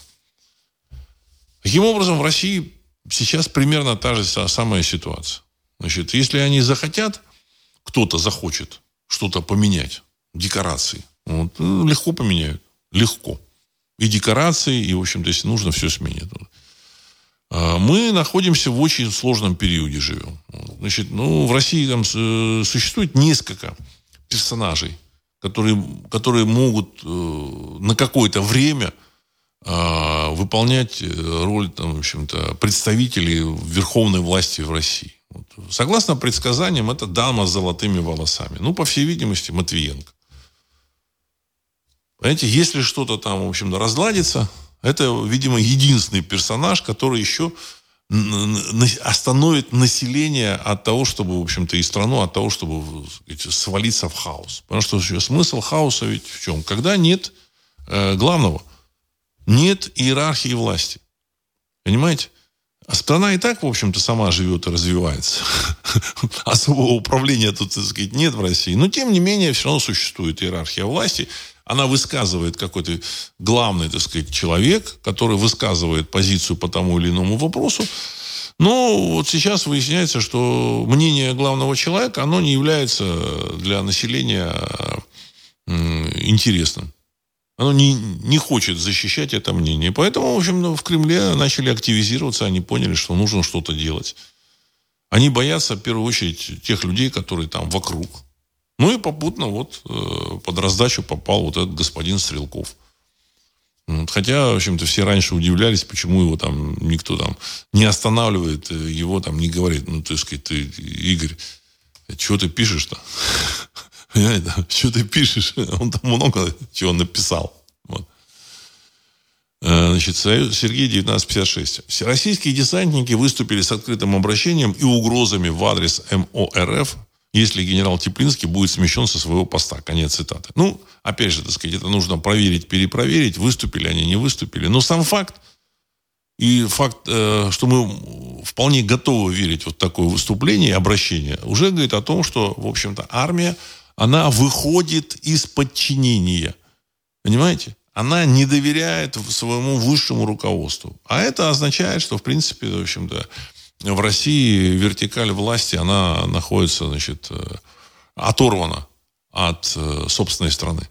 Таким образом, в России сейчас примерно та же самая ситуация. Значит, если они захотят, кто-то захочет что-то поменять, декорации, легко поменяют. Легко. И декорации, и, в общем-то, если нужно, все сменят. Мы находимся в очень сложном периоде, живем. Значит, в России там существует несколько персонажей, которые могут на какое-то время выполнять роль, там, в общем-то, представителей верховной власти в России. Согласно предсказаниям, это дама с золотыми волосами. По всей видимости, Матвиенко. Понимаете, если что-то там, в общем-то, разладится, это, видимо, единственный персонаж, который еще остановит население от того, чтобы, в общем-то, и страну от того, чтобы, так сказать, свалиться в хаос. Потому что смысл хаоса ведь в чем? Когда нет главного, нет иерархии власти. Понимаете? А страна и так, в общем-то, сама живет и развивается. Особого управления тут, так сказать, нет в России. Но, тем не менее, все равно существует иерархия власти. Она высказывает какой-то главный, так сказать, человек, который высказывает позицию по тому или иному вопросу. Но вот сейчас выясняется, что мнение главного человека, оно не является для населения интересным. Оно не хочет защищать это мнение. Поэтому, в общем, в Кремле начали активизироваться, они поняли, что нужно что-то делать. Они боятся, в первую очередь, тех людей, которые там вокруг. Ну и попутно вот под раздачу попал вот этот господин Стрелков. Хотя, в общем-то, все раньше удивлялись, почему его там никто там не останавливает, его там не говорит, ну, так сказать, ты, Игорь, чего ты пишешь-то? Что ты пишешь? Он там много чего написал. Вот. Значит, Сергей, 1956. Всероссийские десантники выступили с открытым обращением и угрозами в адрес МО РФ, если генерал Теплинский будет смещен со своего поста. Конец цитаты. Ну, опять же, так сказать, это нужно проверить, перепроверить, выступили они, не выступили. Но сам факт, и факт, что мы вполне готовы верить в вот такое выступление и обращение, уже говорит о том, что, в общем-то, армия, она выходит из подчинения. Понимаете? Она не доверяет своему высшему руководству. А это означает, что, в принципе, в общем-то, в России вертикаль власти, она находится, значит, оторвана от собственной страны.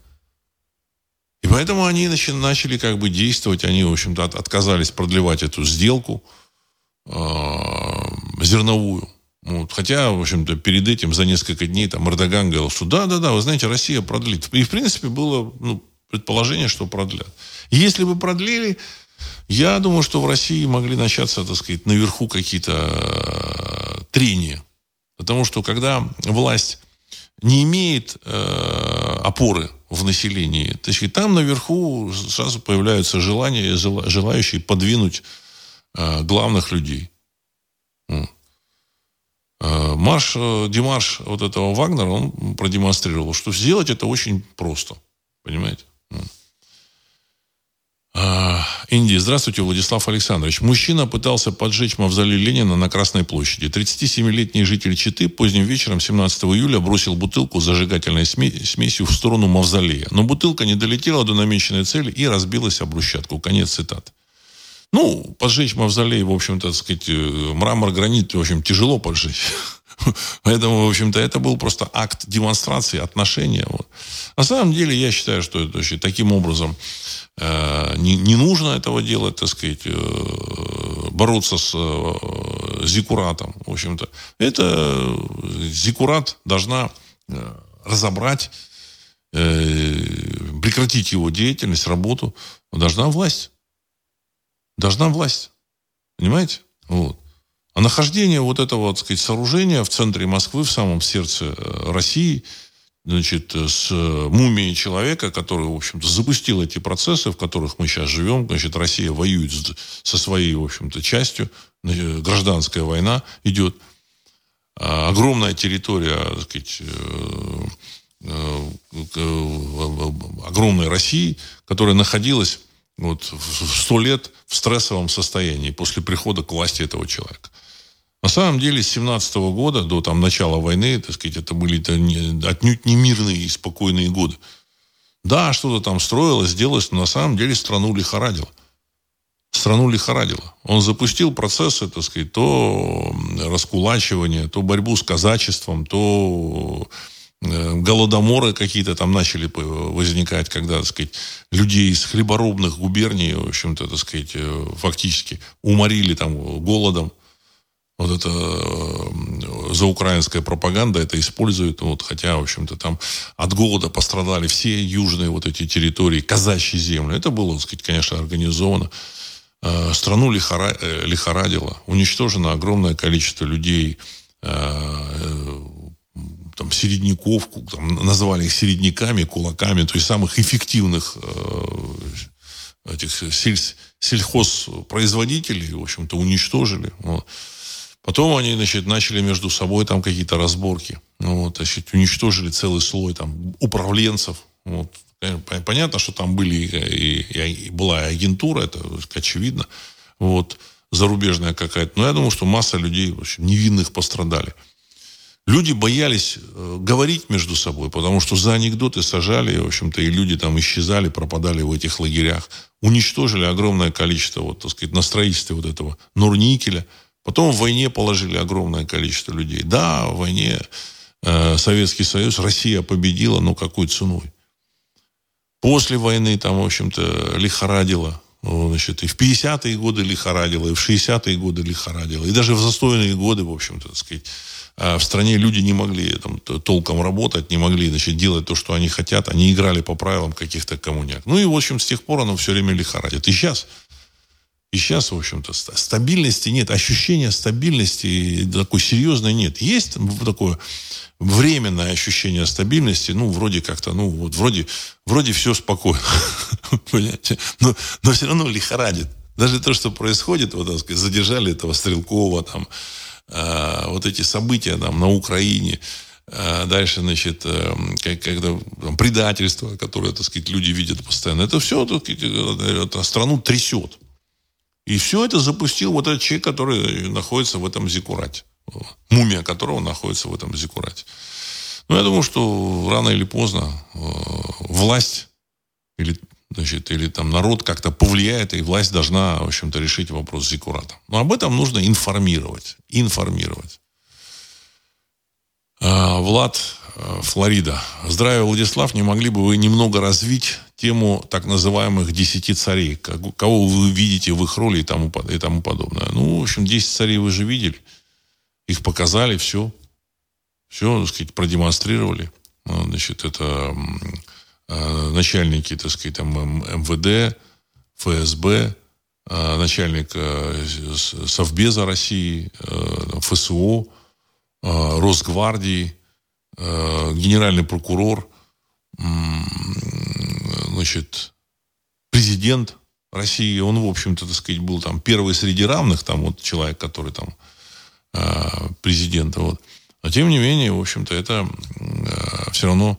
И поэтому они начали как бы действовать, они, в общем-то, отказались продлевать эту сделку зерновую. Вот. Хотя, в общем-то, перед этим за несколько дней там Эрдоган говорил, что да, вы знаете, Россия продлит. И, в принципе, было предположение, что продлят. И если бы продлили, я думаю, что в России могли начаться, так сказать, наверху какие-то трения. Потому что когда власть не имеет опоры в населении, так сказать, там наверху сразу появляются желающие подвинуть главных людей. Демарш вот этого Вагнера, он продемонстрировал, что сделать это очень просто. Понимаете? Индия. Здравствуйте, Владислав Александрович. Мужчина пытался поджечь мавзолей Ленина на Красной площади. 37-летний житель Читы поздним вечером 17 июля бросил бутылку с зажигательной смесью в сторону мавзолея. Но бутылка не долетела до намеченной цели и разбилась об брусчатку. Конец цитаты. Ну, поджечь мавзолей, в общем-то, так сказать, мрамор, гранит, в общем, тяжело поджечь. Поэтому, в общем-то, это был просто акт демонстрации отношения. Вот. На самом деле, я считаю, что это, вообще, таким образом не нужно этого делать, так сказать, бороться с зиккуратом. В общем-то, это зиккурат должна разобрать, прекратить его деятельность, работу. Должна власть. Понимаете? Вот. А нахождение вот этого, так сказать, сооружения в центре Москвы, в самом сердце России, значит, с мумией человека, который, в общем-то, запустил эти процессы, в которых мы сейчас живем. Значит, Россия воюет со своей, в общем-то, частью. Гражданская война идет. Огромная территория, так сказать, огромной России, которая находилась вот 100 лет в стрессовом состоянии после прихода к власти этого человека. На самом деле, с 17 года до там, начала войны, так сказать, это были отнюдь не мирные и спокойные годы. Да, что-то там строилось, делалось, но на самом деле страну лихорадило. Он запустил процессы, так сказать, то раскулачивание, то борьбу с казачеством, то голодоморы какие-то там начали возникать, когда, так сказать, людей из хлеборобных губерний, в общем-то, так сказать, фактически уморили там голодом. Вот это заукраинская пропаганда это использует. Вот, хотя, в общем-то, там от голода пострадали все южные вот эти территории, казачьи земли. Это было, так сказать, конечно, организовано. Страну лихорадило. Уничтожено огромное количество людей. Там середняков, там, назвали их середняками, кулаками, то есть самых эффективных этих сельхозпроизводителей, в общем-то, уничтожили. Вот. Потом они, значит, начали между собой там какие-то разборки. Вот, значит, уничтожили целый слой там управленцев. Вот. Понятно, что там была и агентура, это очевидно. Вот, зарубежная какая-то. Но я думаю, что масса людей, в общем, невинных пострадали. Люди боялись говорить между собой, потому что за анекдоты сажали, в общем-то, и люди там исчезали, пропадали в этих лагерях. Уничтожили огромное количество, вот, так сказать, на строительстве вот этого Норникеля. Потом в войне положили огромное количество людей. Да, в войне Советский Союз, Россия победила, но какой ценой? После войны там, в общем-то, лихорадило. Значит, и в 50-е годы лихорадило, и в 60-е годы лихорадило. И даже в застойные годы, в общем-то, так сказать, в стране люди не могли там толком работать, не могли, значит, делать то, что они хотят. Они играли по правилам каких-то коммуняк. Ну и, в общем, с тех пор оно все время лихорадит. И сейчас, в общем-то, стабильности нет. Ощущения стабильности такой серьезной нет. Есть такое временное ощущение стабильности, ну, вроде как-то, ну, вот вроде все спокойно. Понимаете? Но все равно лихорадит. Даже то, что происходит, вот, так сказать, задержали этого Стрелкова, там, вот эти события там на Украине, дальше, значит, когда предательство, которое, так сказать, люди видят постоянно, это все, так сказать, страну трясет. И все это запустил вот этот человек, который находится в этом зиккурате. Мумия которого находится в этом зиккурате. Ну, я думаю, что рано или поздно власть или там народ как-то повлияет, и власть должна, в общем-то, решить вопрос с зиккуратом. Но об этом нужно информировать. Влад, Флорида. Здравия, Владислав. Не могли бы вы немного развить тему так называемых 10 царей? Кого вы видите в их роли и тому подобное? Ну, в общем, 10 царей вы же видели. Их показали, все, так сказать, продемонстрировали. Значит, это начальники, так сказать, там, МВД, ФСБ, начальник Совбеза России, ФСО, Росгвардии, генеральный прокурор, значит, президент России. Он, в общем-то, так сказать, был там первый среди равных, там вот человек, который там президента. Вот. Но, тем не менее, в общем-то, это все равно,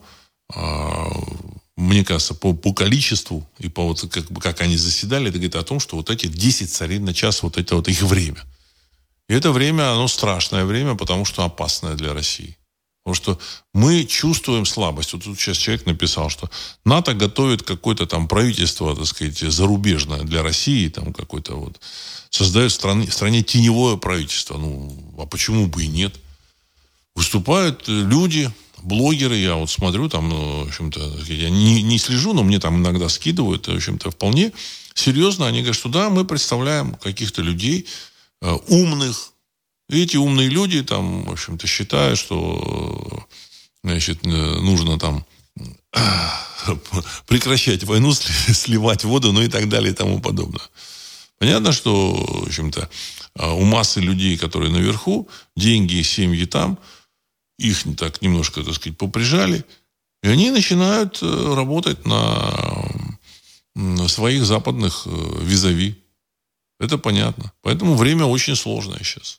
мне кажется, по количеству и по вот как они заседали, это говорит о том, что вот эти 10 царей на час, вот это вот их время. И это время, оно страшное время, потому что опасное для России. Потому что мы чувствуем слабость. Вот тут сейчас человек написал, что НАТО готовит какое-то там правительство, так сказать, зарубежное для России, там какое-то вот, создает в стране теневое правительство. Ну, а почему бы и нет? Выступают люди, блогеры, я вот смотрю, там, в общем-то, я не слежу, но мне там иногда скидывают, в общем-то, вполне серьезно. Они говорят, что да, мы представляем каких-то людей умных. И эти умные люди там, в общем-то, считают, что, значит, нужно там прекращать войну, сливать воду, ну и так далее и тому подобное. Понятно, что, в общем-то, у массы людей, которые наверху, деньги, семьи там, их так немножко, так сказать, поприжали, и они начинают работать на своих западных визави. Это понятно. Поэтому время очень сложное сейчас.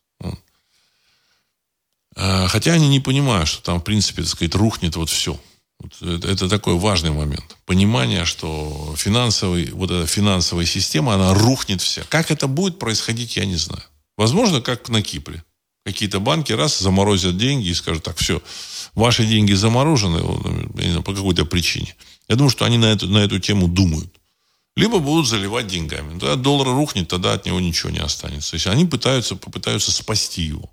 Хотя они не понимают, что там, в принципе, так сказать, рухнет вот все. Вот это такой важный момент. Понимание, что эта финансовая система, она рухнет вся. Как это будет происходить, я не знаю. Возможно, как на Кипре. Какие-то банки раз заморозят деньги и скажут, так, все, ваши деньги заморожены по какой-то причине. Я думаю, что они на эту тему думают. Либо будут заливать деньгами. Тогда доллар рухнет, тогда от него ничего не останется. То есть они попытаются спасти его.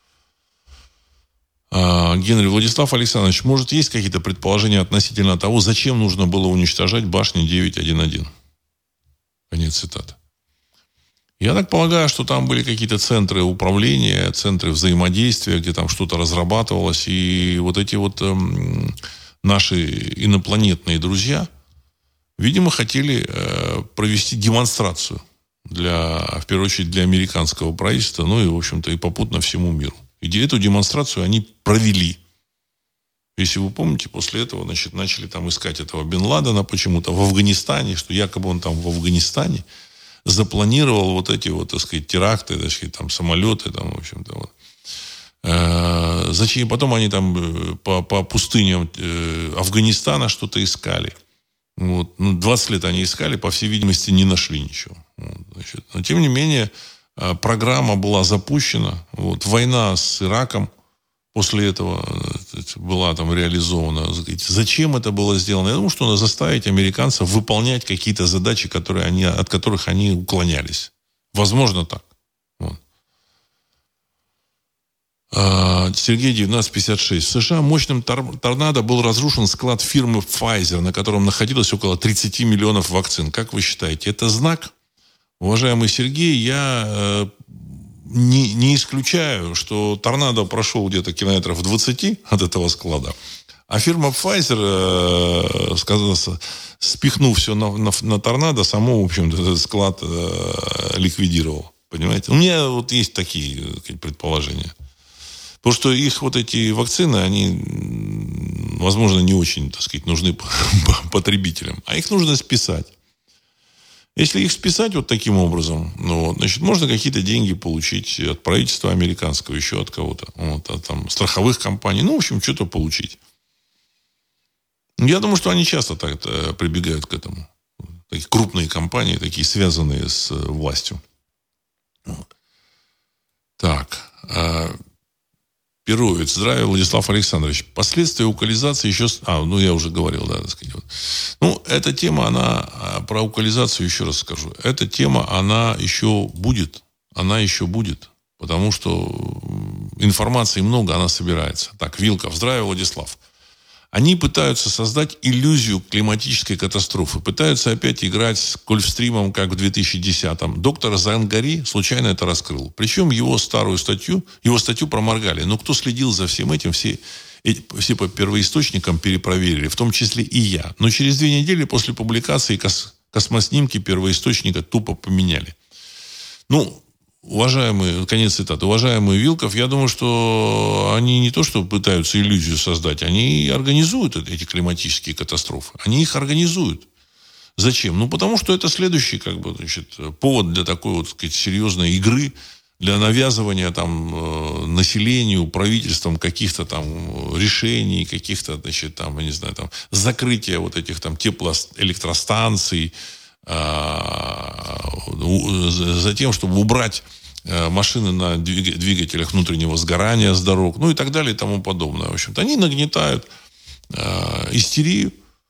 Генри, Владислав Александрович, может, есть какие-то предположения относительно того, зачем нужно было уничтожать башню 911? Конец цитаты. Я так полагаю, что там были какие-то центры управления, центры взаимодействия, где там что-то разрабатывалось. И вот эти вот наши инопланетные друзья, видимо, хотели провести демонстрацию в первую очередь, для американского правительства, ну и, в общем-то, и попутно всему миру. И эту демонстрацию они провели. Если вы помните, после этого, значит, начали там искать этого Бен Ладена почему-то в Афганистане, что якобы он там в Афганистане запланировал вот эти вот, так сказать, теракты, так сказать, там самолеты, там, в общем-то, вот. Зачем? Потом они там по пустыням Афганистана что-то искали. Вот. 20 лет они искали, по всей видимости, не нашли ничего. Вот, значит. Но, тем не менее, программа была запущена. Вот. Война с Ираком после этого была там реализована. Зачем это было сделано? Я думаю, что надо заставить американцев выполнять какие-то задачи, от которых они уклонялись. Возможно, так. Вот. Сергей, 1956. В США мощным торнадо был разрушен склад фирмы Pfizer, на котором находилось около 30 миллионов вакцин. Как вы считаете, это знак? Уважаемый Сергей, я не исключаю, что торнадо прошел где-то километров 20 от этого склада. А фирма Pfizer, спихнув все на торнадо, само, в общем-то, этот склад ликвидировала. Понимаете? У меня вот есть такие предположения. Потому что их вот эти вакцины, они, возможно, не очень, так сказать, нужны потребителям. А их нужно списать. Если их списать вот таким образом, значит, можно какие-то деньги получить от правительства американского, еще от кого-то. Вот, от там, страховых компаний. В общем, что-то получить. Я думаю, что они часто так прибегают к этому. Такие крупные компании, такие связанные с властью. Так. Перовец. Здравия, Владислав Александрович. Последствия укализации еще... я уже говорил, да, так сказать. Эта тема, она... Про укализацию еще раз скажу. Эта тема, она еще будет. Она еще будет. Потому что информации много, она собирается. Так, Вилков. Здравия, Владислав. Они пытаются создать иллюзию климатической катастрофы. Пытаются опять играть с Гольфстримом, как в 2010-м. Доктор Зангари случайно это раскрыл. Причем его статью проморгали. Но кто следил за всем этим, все по первоисточникам перепроверили, в том числе и я. Но через 2 недели после публикации космоснимки первоисточника тупо поменяли. Уважаемый, конец цитаты. Уважаемый Вилков, я думаю, что они не то, что пытаются иллюзию создать, они организуют эти климатические катастрофы. Они их организуют. Зачем? Потому что это следующий, повод для такой вот, сказать, серьезной игры, для навязывания там населению, правительством каких-то там решений, каких-то, закрытия вот этих там теплоэлектростанций, за тем, чтобы убрать машины на двигателях внутреннего сгорания с дорог, и так далее и тому подобное. В общем-то, они нагнетают истерию,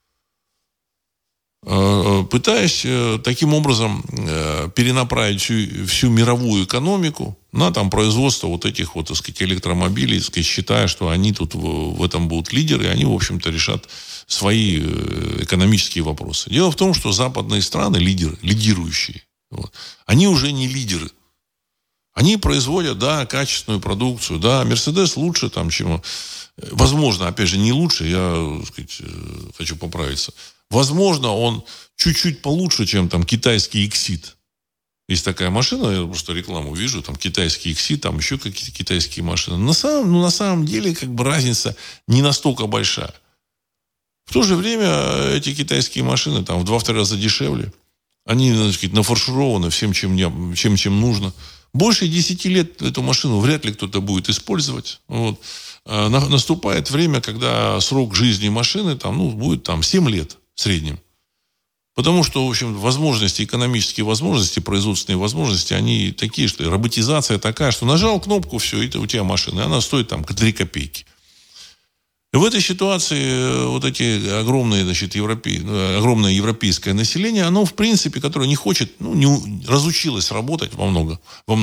пытаясь таким образом перенаправить всю мировую экономику на там производство вот этих вот, так сказать, электромобилей, так сказать, считая, что они тут в этом будут лидеры, и они, в общем-то, решат свои экономические вопросы. Дело в том, что западные страны, лидирующие, они уже не лидеры. Они производят, да, качественную продукцию, да, Мерседес лучше там, чем... Возможно, опять же, не лучше, я, так сказать, хочу поправиться. Возможно, он чуть-чуть получше, чем там китайский Exit. Есть такая машина, я просто рекламу вижу, там китайский Exit, там еще какие-то китайские машины. На самом деле, разница не настолько большая. В то же время эти китайские машины там в 2-3 раза дешевле. Они, так сказать, нафаршированы всем, чем нужно. Больше 10 лет эту машину вряд ли кто-то будет использовать. Вот. Наступает время, когда срок жизни машины будет 7 лет в среднем. Потому что, в общем, экономические возможности, производственные возможности, они такие, что роботизация такая, что нажал кнопку, все, и у тебя машина, и она стоит 3 копейки. И в этой ситуации вот эти огромное европейское население, оно, в принципе, которое не хочет, не разучилось работать во многом.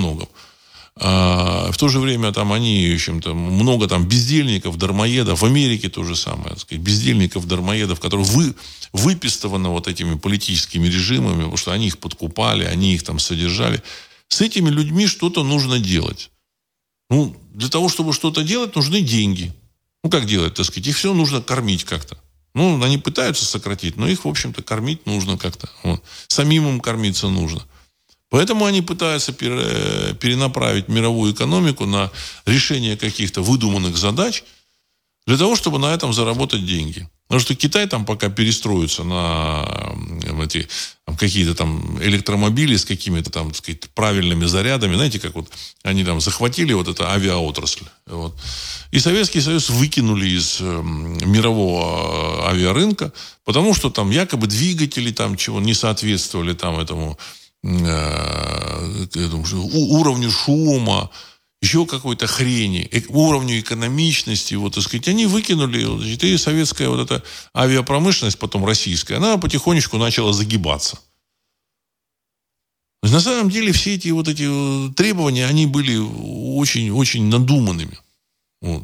В то же время они, в общем-то, много бездельников, дармоедов. В Америке то же самое. Так сказать, бездельников, дармоедов, которые выпистованы вот этими политическими режимами, потому что они их подкупали, они их содержали. С этими людьми что-то нужно делать. Для того, чтобы что-то делать, нужны деньги. Как делать, так сказать? Их все нужно кормить как-то. Они пытаются сократить, но их, в общем-то, кормить нужно как-то. Самим им кормиться нужно. Поэтому они пытаются перенаправить мировую экономику на решение каких-то выдуманных задач для того, чтобы на этом заработать деньги. Потому что Китай там пока перестроится на эти какие-то там электромобили с какими-то там, так сказать, правильными зарядами. Знаете, как вот они там захватили вот эту авиаотрасль. Вот. И Советский Союз выкинули из мирового авиарынка, потому что там якобы двигатели там чего не соответствовали там этому уровню шума, еще какой-то хрени, уровню экономичности, вот, так сказать, они выкинули, значит, и советская вот эта авиапромышленность, потом российская, она потихонечку начала загибаться. На самом деле все эти вот эти требования, они были очень-очень надуманными. Вот.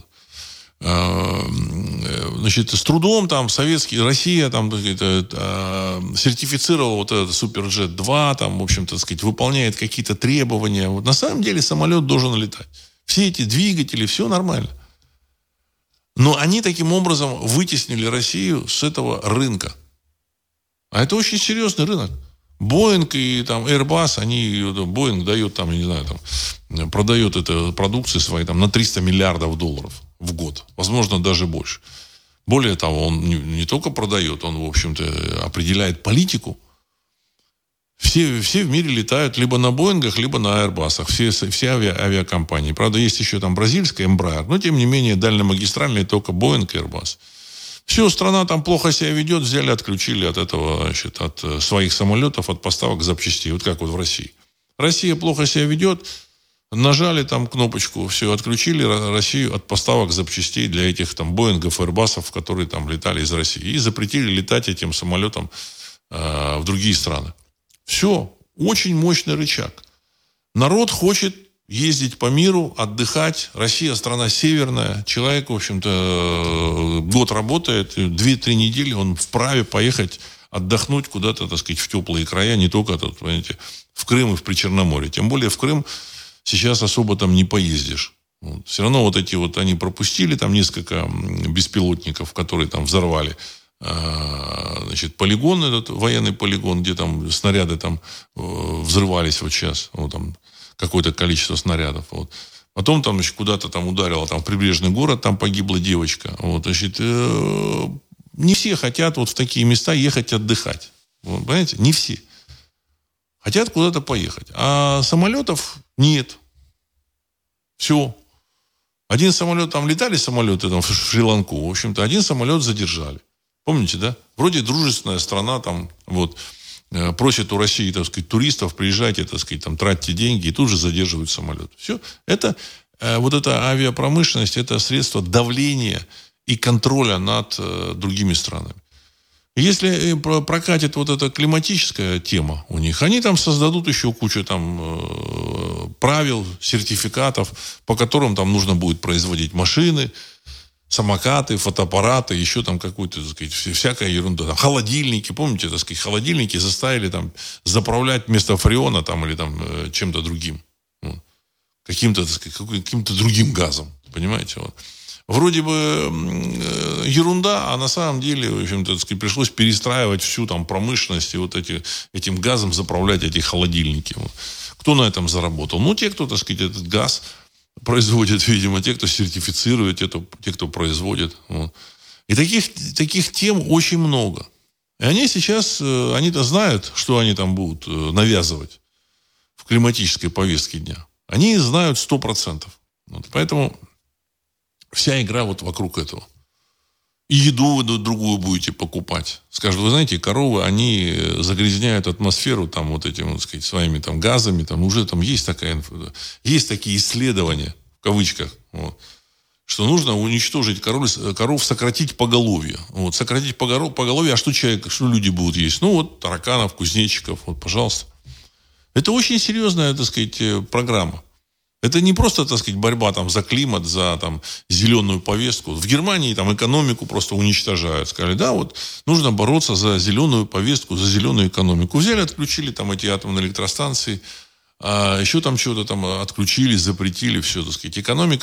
Значит, с трудом там Россия там сертифицировала вот этот Суперджет-2, там, в общем-то, так сказать, выполняет какие-то требования. Вот на самом деле самолет должен летать. Все эти двигатели, все нормально. Но они таким образом вытеснили Россию с этого рынка. А это очень серьезный рынок. Боинг и там Airbus, Боинг дает там, я не знаю, там, продает эту продукцию своей там на 300 миллиардов долларов в год. Возможно, даже больше. Более того, он не только продает, он, в общем-то, определяет политику. Все в мире летают либо на Боингах, либо на Airbus'ах. Все авиакомпании. Правда, есть еще там бразильская Embraer, но, тем не менее, дальномагистральные только Боинг и Airbus. Все, страна там плохо себя ведет, взяли, отключили от этого, значит, от своих самолетов, от поставок запчастей. Вот как вот в России. Россия плохо себя ведет, нажали там кнопочку, все, отключили Россию от поставок запчастей для этих там Боингов, Airbus'ов, которые там летали из России. И запретили летать этим самолетам в другие страны. Все, очень мощный рычаг. Народ хочет ездить по миру, отдыхать. Россия страна северная. Человек, в общем-то, год работает, 2-3 недели он вправе поехать отдохнуть куда-то, так сказать, в теплые края, не только тут, понимаете, в Крым и в Причерноморье. Тем более в Крым сейчас особо там не поездишь. Вот. Все равно вот эти вот они пропустили там несколько беспилотников, которые там взорвали. Значит, полигон, этот военный полигон, где там снаряды там взрывались вот сейчас. Вот там какое-то количество снарядов. Вот. Потом там, значит, куда-то там ударило, там в прибрежный город, там погибла девочка. Вот, значит, не все хотят вот в такие места ехать отдыхать. Вот, понимаете? Не все. Хотят куда-то поехать. А самолетов нет. Все. Один самолет, там летали самолеты там, в Шри-Ланку. В общем-то, один самолет задержали. Помните, да? Вроде дружественная страна, там, вот, просят у России, так сказать, туристов, приезжайте, так сказать, там, тратьте деньги, и тут же задерживают самолет. Все. Это, вот эта авиапромышленность, это средство давления и контроля над другими странами. Если прокатит вот эта климатическая тема у них, они там создадут еще кучу там правил, сертификатов, по которым там нужно будет производить машины, самокаты, фотоаппараты, еще там какую-то, так сказать, всякая ерунда. Там, холодильники, помните, так сказать, холодильники заставили там заправлять вместо фреона там или там чем-то другим. Вот. Каким-то, так сказать, каким-то другим газом. Понимаете? Вот. Вроде бы ерунда, а на самом деле, в общем-то, так сказать, пришлось перестраивать всю там промышленность и вот этим газом заправлять эти холодильники. Вот. Кто на этом заработал? Ну, те, кто, так сказать, этот газ производят, видимо, те, кто сертифицирует, те, кто производит. Вот. И таких тем очень много. И они сейчас, они-то знают, что они там будут навязывать в климатической повестке дня. Они знают 100%. Вот. Поэтому вся игра вот вокруг этого. И еду вы другую будете покупать. Скажут, вы знаете, коровы, они загрязняют атмосферу там вот этим, так сказать, своими там газами. Там уже там есть такие исследования, в кавычках, вот, что нужно уничтожить коров, сократить поголовье. Вот, сократить поголовье, а что люди будут есть? Ну, вот тараканов, кузнечиков, вот, пожалуйста. Это очень серьезная, так сказать, программа. Это не просто, так сказать, борьба там, за климат, за там, зеленую повестку. В Германии там, экономику просто уничтожают. Сказали, да, вот нужно бороться за зеленую повестку, за зеленую экономику. Взяли, отключили там, эти атомные электростанции, еще там что-то там отключили, запретили, все, так сказать.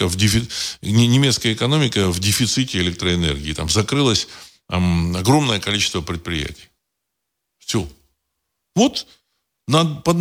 Немецкая экономика в дефиците электроэнергии. Там закрылось огромное количество предприятий. Все. Вот. Под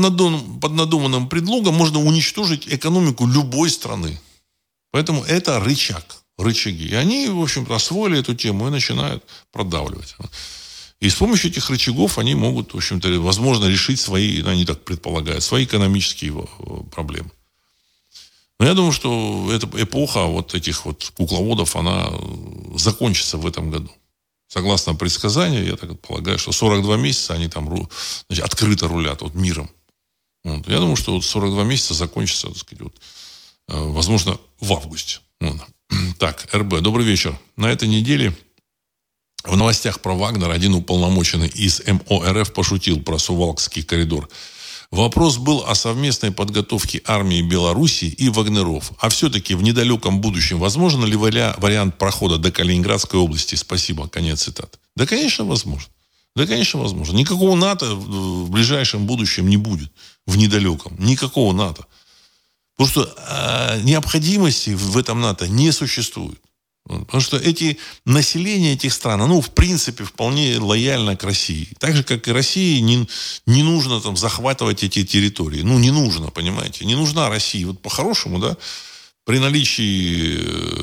надуманным предлогом можно уничтожить экономику любой страны. Поэтому это рычаг. рычаги. И они, в общем-то, освоили эту тему и начинают продавливать. И с помощью этих рычагов они могут, в общем-то, возможно, решить свои, они так предполагают, свои экономические проблемы. Но я думаю, что эта эпоха вот этих вот кукловодов, она закончится в этом году. Согласно предсказанию, я так полагаю, что 42 месяца они там открыто рулят вот, миром. Вот. Я думаю, что вот 42 месяца закончится, так сказать, вот, возможно, в августе. Вот. Так, РБ, добрый вечер. На этой неделе в новостях про Вагнер один уполномоченный из МО РФ пошутил про Сувалкский коридор. Вопрос был о совместной подготовке армии Белоруссии и вагнеров. А все-таки в недалеком будущем возможен ли вариант прохода до Калининградской области? Спасибо. Конец цитаты. Да, конечно, возможно. Да, конечно, возможно. Никакого НАТО в ближайшем будущем не будет. В недалеком. Никакого НАТО. Потому что необходимости в этом НАТО не существует. Потому что население этих стран, в принципе, вполне лояльно к России. Так же, как и России, не нужно там захватывать эти территории. Не нужно, понимаете? Не нужна Россия. Вот по-хорошему, да, при наличии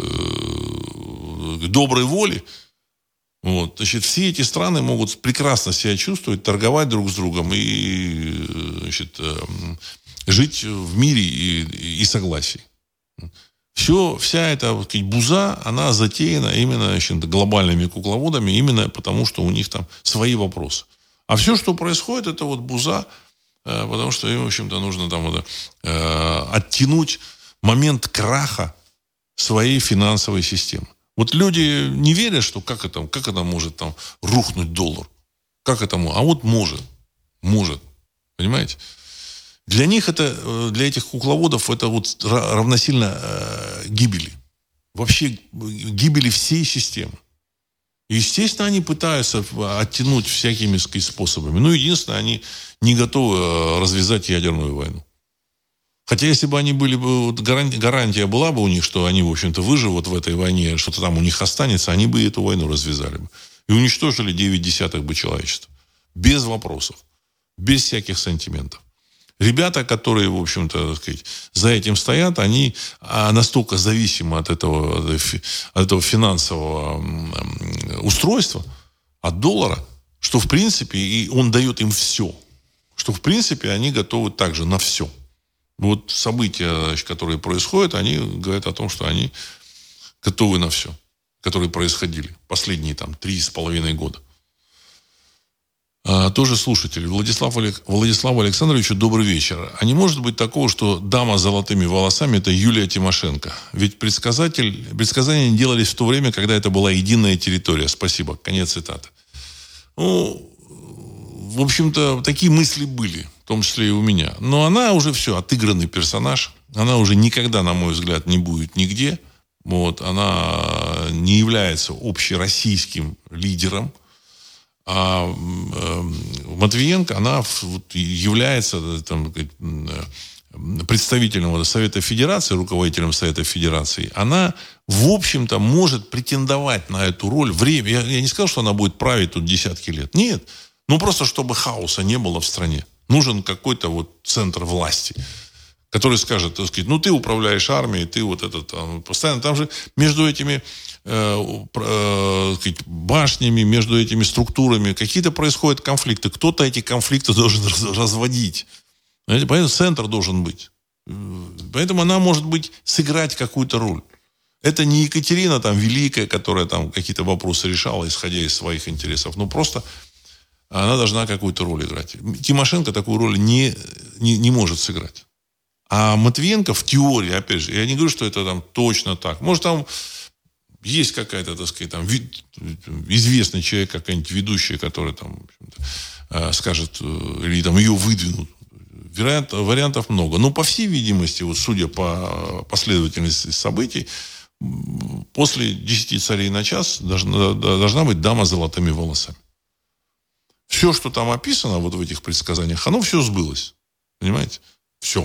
доброй воли, вот, значит, все эти страны могут прекрасно себя чувствовать, торговать друг с другом и, значит, жить в мире и согласии. Вся эта буза, она затеяна именно, значит, глобальными кукловодами, именно потому, что у них там свои вопросы. А все, что происходит, это вот буза, потому что им, в общем-то, нужно там оттянуть момент краха своей финансовой системы. Вот люди не верят, что как это может там рухнуть доллар. Как это может? А вот может. Может. Понимаете? Для них это, для этих кукловодов, это вот равносильно гибели. Вообще гибели всей системы. И, естественно, они пытаются оттянуть всякими способами. Единственное, они не готовы развязать ядерную войну. Хотя, если бы они были бы, гарантия была бы у них, что они, в общем-то, выживут в этой войне, что-то там у них останется, они бы эту войну развязали бы. И уничтожили 9/10 бы человечества. Без вопросов. Без всяких сантиментов. Ребята, которые, в общем-то, так сказать, за этим стоят, они настолько зависимы от этого финансового устройства, от доллара, что, в принципе, и он дает им все. Что, в принципе, они готовы также на все. Вот события, значит, которые происходят, они говорят о том, что они готовы на все, которые происходили последние 3,5 года. Тоже слушатель. Владиславу Александровичу добрый вечер. А не может быть такого, что дама с золотыми волосами – это Юлия Тимошенко? Ведь предсказания делались в то время, когда это была единая территория. Спасибо. Конец цитаты. В общем-то, такие мысли были, в том числе и у меня. Но она уже все, отыгранный персонаж. Она уже никогда, на мой взгляд, не будет нигде. Вот. Она не является общероссийским лидером. А Матвиенко, она является представителем Совета Федерации, руководителем Совета Федерации. Она, в общем-то, может претендовать на эту роль. Я не сказал, что она будет править тут десятки лет. Нет. Просто чтобы хаоса не было в стране. Нужен какой-то центр власти, который скажет, так сказать, ты управляешь армией, ты постоянно. Там же между этими башнями, между этими структурами какие-то происходят конфликты. Кто-то эти конфликты должен разводить. Поэтому центр должен быть. Поэтому она может сыграть какую-то роль. Это не Екатерина Великая, которая какие-то вопросы решала, исходя из своих интересов. Просто она должна какую-то роль играть. Тимошенко такую роль не может сыграть. А Матвиенко в теории, опять же, я не говорю, что это точно так. Может, есть какая-то, так сказать, известный человек, какая-нибудь ведущая, которая скажет, или ее выдвинут. Вариантов много. Но, по всей видимости, судя по последовательности событий, после 10 царей на час должна быть дама с золотыми волосами. Все, что там описано в этих предсказаниях, оно все сбылось. Понимаете? Все.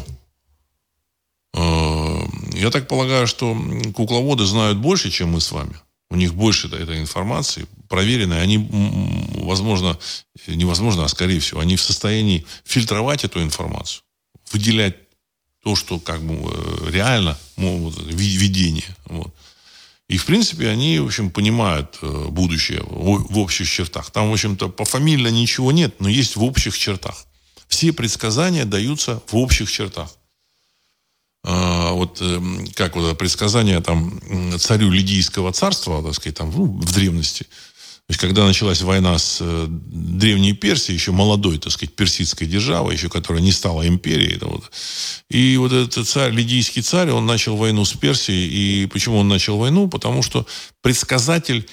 Я так полагаю, что кукловоды знают больше, чем мы с вами. У них больше этой информации, проверенной. Они, невозможно, а скорее всего, они в состоянии фильтровать эту информацию, выделять то, что реально видение. Вот. И, в принципе, они, в общем, понимают будущее в общих чертах. Там, в общем-то, пофамильно ничего нет, но есть в общих чертах. Все предсказания даются в общих чертах. Вот как вот предсказание там царю Лидийского царства, так сказать, там, в древности. То есть, когда началась война с Древней Персией, еще молодой, так сказать, персидской державой, еще которая не стала империей. Это вот. И вот этот царь, лидийский царь, он начал войну с Персией. И почему он начал войну? Потому что предсказатель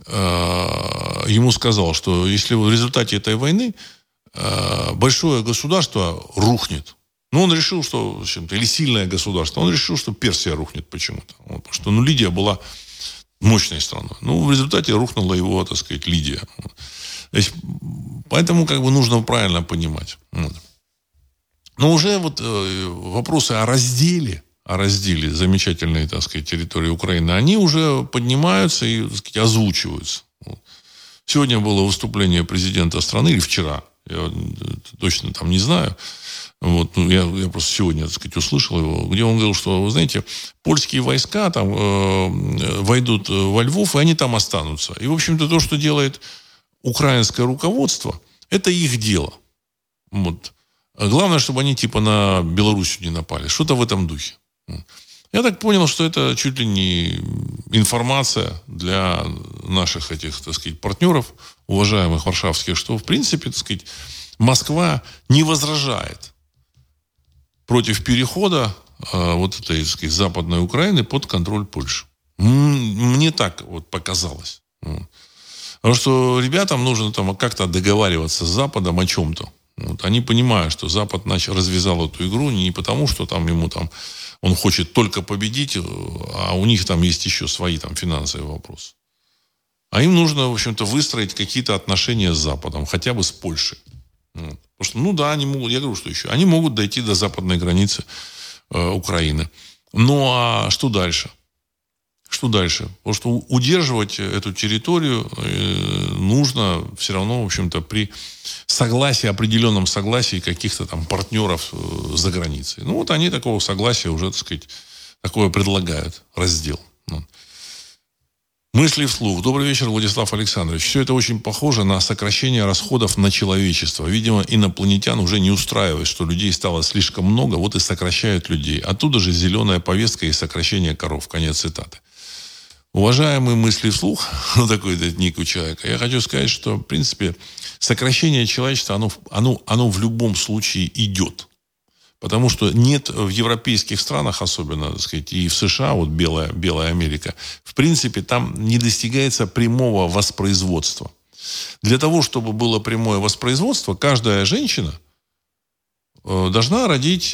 ему сказал, что если в результате этой войны большое государство рухнет. Ну, он решил, что, в общем-то, или сильное государство, он решил, что Персия рухнет почему-то. Вот, потому что, Лидия была мощной страной. В результате рухнула его, так сказать, Лидия. То есть, поэтому, нужно правильно понимать. Вот. Но уже вот вопросы о разделе замечательной, так сказать, территории Украины, они уже поднимаются и, так сказать, озвучиваются. Вот. Сегодня было выступление президента страны, или вчера, я точно там не знаю. Вот, я просто сегодня, так сказать, услышал его, где он говорил, что, вы знаете, польские войска там войдут во Львов, и они там останутся. И, в общем-то, то, что делает украинское руководство, это их дело. Вот. Главное, чтобы они типа на Белоруссию не напали. Что-то в этом духе. Я так понял, что это чуть ли не информация для наших этих, так сказать, партнеров, уважаемых варшавских, что, в принципе, так сказать, Москва не возражает против перехода вот этой, так сказать, Западной Украины под контроль Польши. Мне так вот показалось. Потому что ребятам нужно там как-то договариваться с Западом о чем-то. Вот. Они понимают, что Запад развязал эту игру не потому, что там ему там он хочет только победить, а у них там есть еще свои там финансовые вопросы. А им нужно, в общем-то, выстроить какие-то отношения с Западом, хотя бы с Польшей. Вот. Потому что, они могут, я говорю, что еще? Они могут дойти до западной границы Украины. Ну, а что дальше? Что дальше? Потому что удерживать эту территорию нужно все равно, в общем-то, при определенном согласии каких-то там партнеров за границей. Вот они такого согласия уже, так сказать, такое предлагают. Раздел. Мысли вслух. Добрый вечер, Владислав Александрович. Все это очень похоже на сокращение расходов на человечество. Видимо, инопланетян уже не устраивает, что людей стало слишком много, вот и сокращают людей. Оттуда же зеленая повестка и сокращение коров. Конец цитаты. Уважаемые мысли вслух, такой ник у человека, я хочу сказать, что, в принципе, сокращение человечества, оно в любом случае идет. Потому что нет в европейских странах, особенно, так сказать, и в США, вот белая Америка, в принципе, там не достигается прямого воспроизводства. Для того, чтобы было прямое воспроизводство, каждая женщина должна родить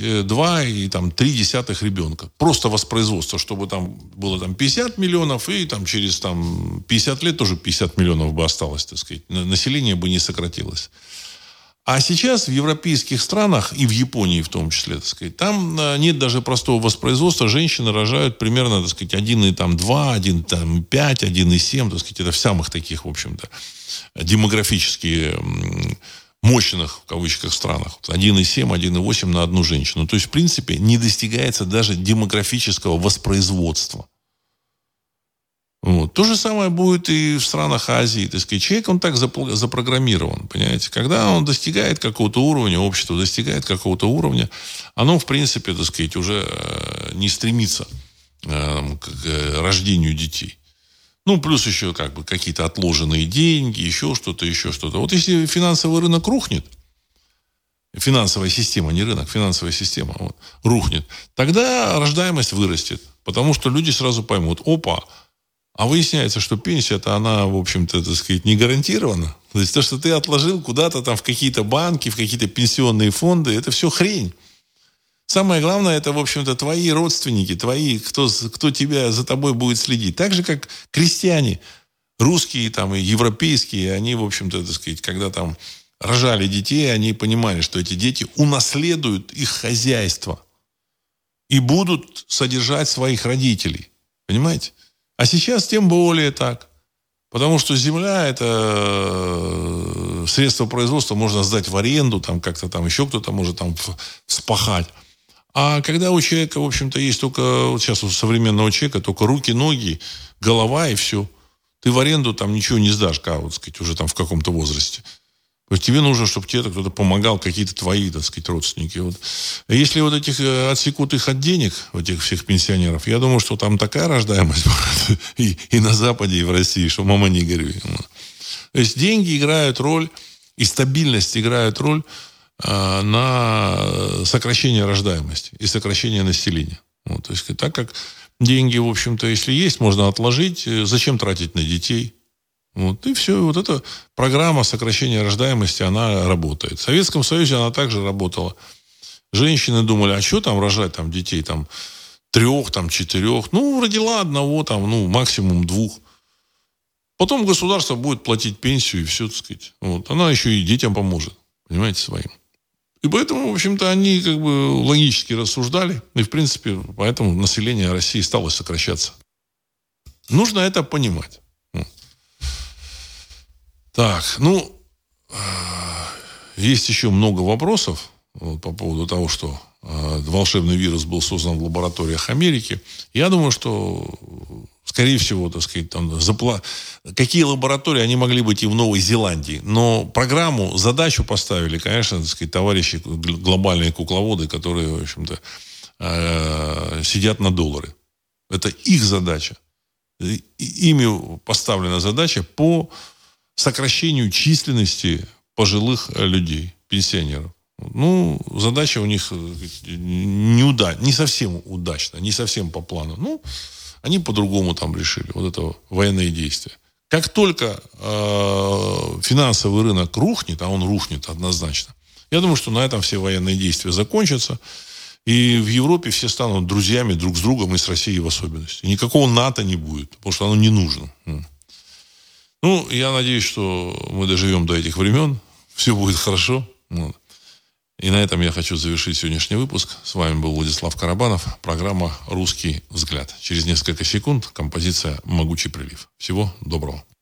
2,3 ребенка. Просто воспроизводство, чтобы там было 50 миллионов, и через 50 лет тоже 50 миллионов бы осталось, так сказать. Население бы не сократилось. А сейчас в европейских странах, и в Японии в том числе, так сказать, там нет даже простого воспроизводства. Женщины рожают примерно, так сказать, 1,2, 1,5, 1,7, так сказать, это в самых таких, в общем-то, демографически мощных, в кавычках, странах. 1,7, 1,8 на одну женщину. То есть, в принципе, не достигается даже демографического воспроизводства. Вот. То же самое будет и в странах Азии. Так сказать, человек, он так запрограммирован, понимаете. Когда он достигает какого-то уровня, общество достигает какого-то уровня, оно, в принципе, так сказать, уже не стремится к рождению детей. Плюс еще какие-то отложенные деньги, еще что-то. Вот если финансовый рынок рухнет, финансовая система, не рынок, финансовая система рухнет, тогда рождаемость вырастет. Потому что люди сразу поймут, а выясняется, что пенсия-то, она, в общем-то, так сказать, не гарантирована. То есть то, что ты отложил куда-то там в какие-то банки, в какие-то пенсионные фонды, это все хрень. Самое главное, это, в общем-то, твои родственники, кто за тобой будет следить. Так же, как крестьяне, русские там, и европейские, они, в общем-то, так сказать, когда там рожали детей, они понимали, что эти дети унаследуют их хозяйство и будут содержать своих родителей. Понимаете? А сейчас тем более так. Потому что земля – это средство производства, можно сдать в аренду, там как-то там еще кто-то может там вспахать. А когда у человека, в общем-то, есть только, вот сейчас у современного человека только руки, ноги, голова и все. Ты в аренду там ничего не сдашь, вот, сказать, уже там в каком-то возрасте. То есть тебе нужно, чтобы тебе кто-то помогал, какие-то твои, так сказать, родственники. Вот. Если вот этих отсекут их от денег, вот этих всех пенсионеров, я думаю, что там такая рождаемость будет и на Западе, и в России, что мама не горюй. То есть деньги играют роль, и стабильность играет роль на сокращение рождаемости и сокращение населения. Вот. То есть так как деньги, в общем-то, если есть, можно отложить, зачем тратить на детей? Вот, и все. Вот эта программа сокращения рождаемости, она работает. В Советском Союзе она также работала. Женщины думали, а что там рожать там, детей? Там, 3, там, 4. Ну, родила 1, там, ну, максимум 2. Потом государство будет платить пенсию и все, так сказать. Вот. Она еще и детям поможет. Понимаете, своим. И поэтому, в общем-то, они как бы логически рассуждали. И, в принципе, поэтому население России стало сокращаться. Нужно это понимать. Так, ну, есть еще много вопросов вот, по поводу того, что волшебный вирус был создан в лабораториях Америки. Я думаю, что, скорее всего, так сказать, там, какие лаборатории, они могли быть и в Новой Зеландии. Но программу, задачу поставили, конечно, так сказать, товарищи, глобальные кукловоды, которые, в общем-то, сидят на доллары. Это их задача. Ими поставлена задача по сокращению численности пожилых людей, пенсионеров. Ну, задача у них не совсем удачная, не совсем по плану. Ну, они по-другому там решили. Вот это военные действия. Как только финансовый рынок рухнет, а он рухнет однозначно, я думаю, что на этом все военные действия закончатся. И в Европе все станут друзьями друг с другом и с Россией в особенности. И никакого НАТО не будет, потому что оно не нужно. Ну, я надеюсь, что мы доживем до этих времен. Все будет хорошо. Вот. И на этом я хочу завершить сегодняшний выпуск. С вами был Владислав Карабанов. Программа «Русский взгляд». Через несколько секунд композиция «Могучий прилив». Всего доброго.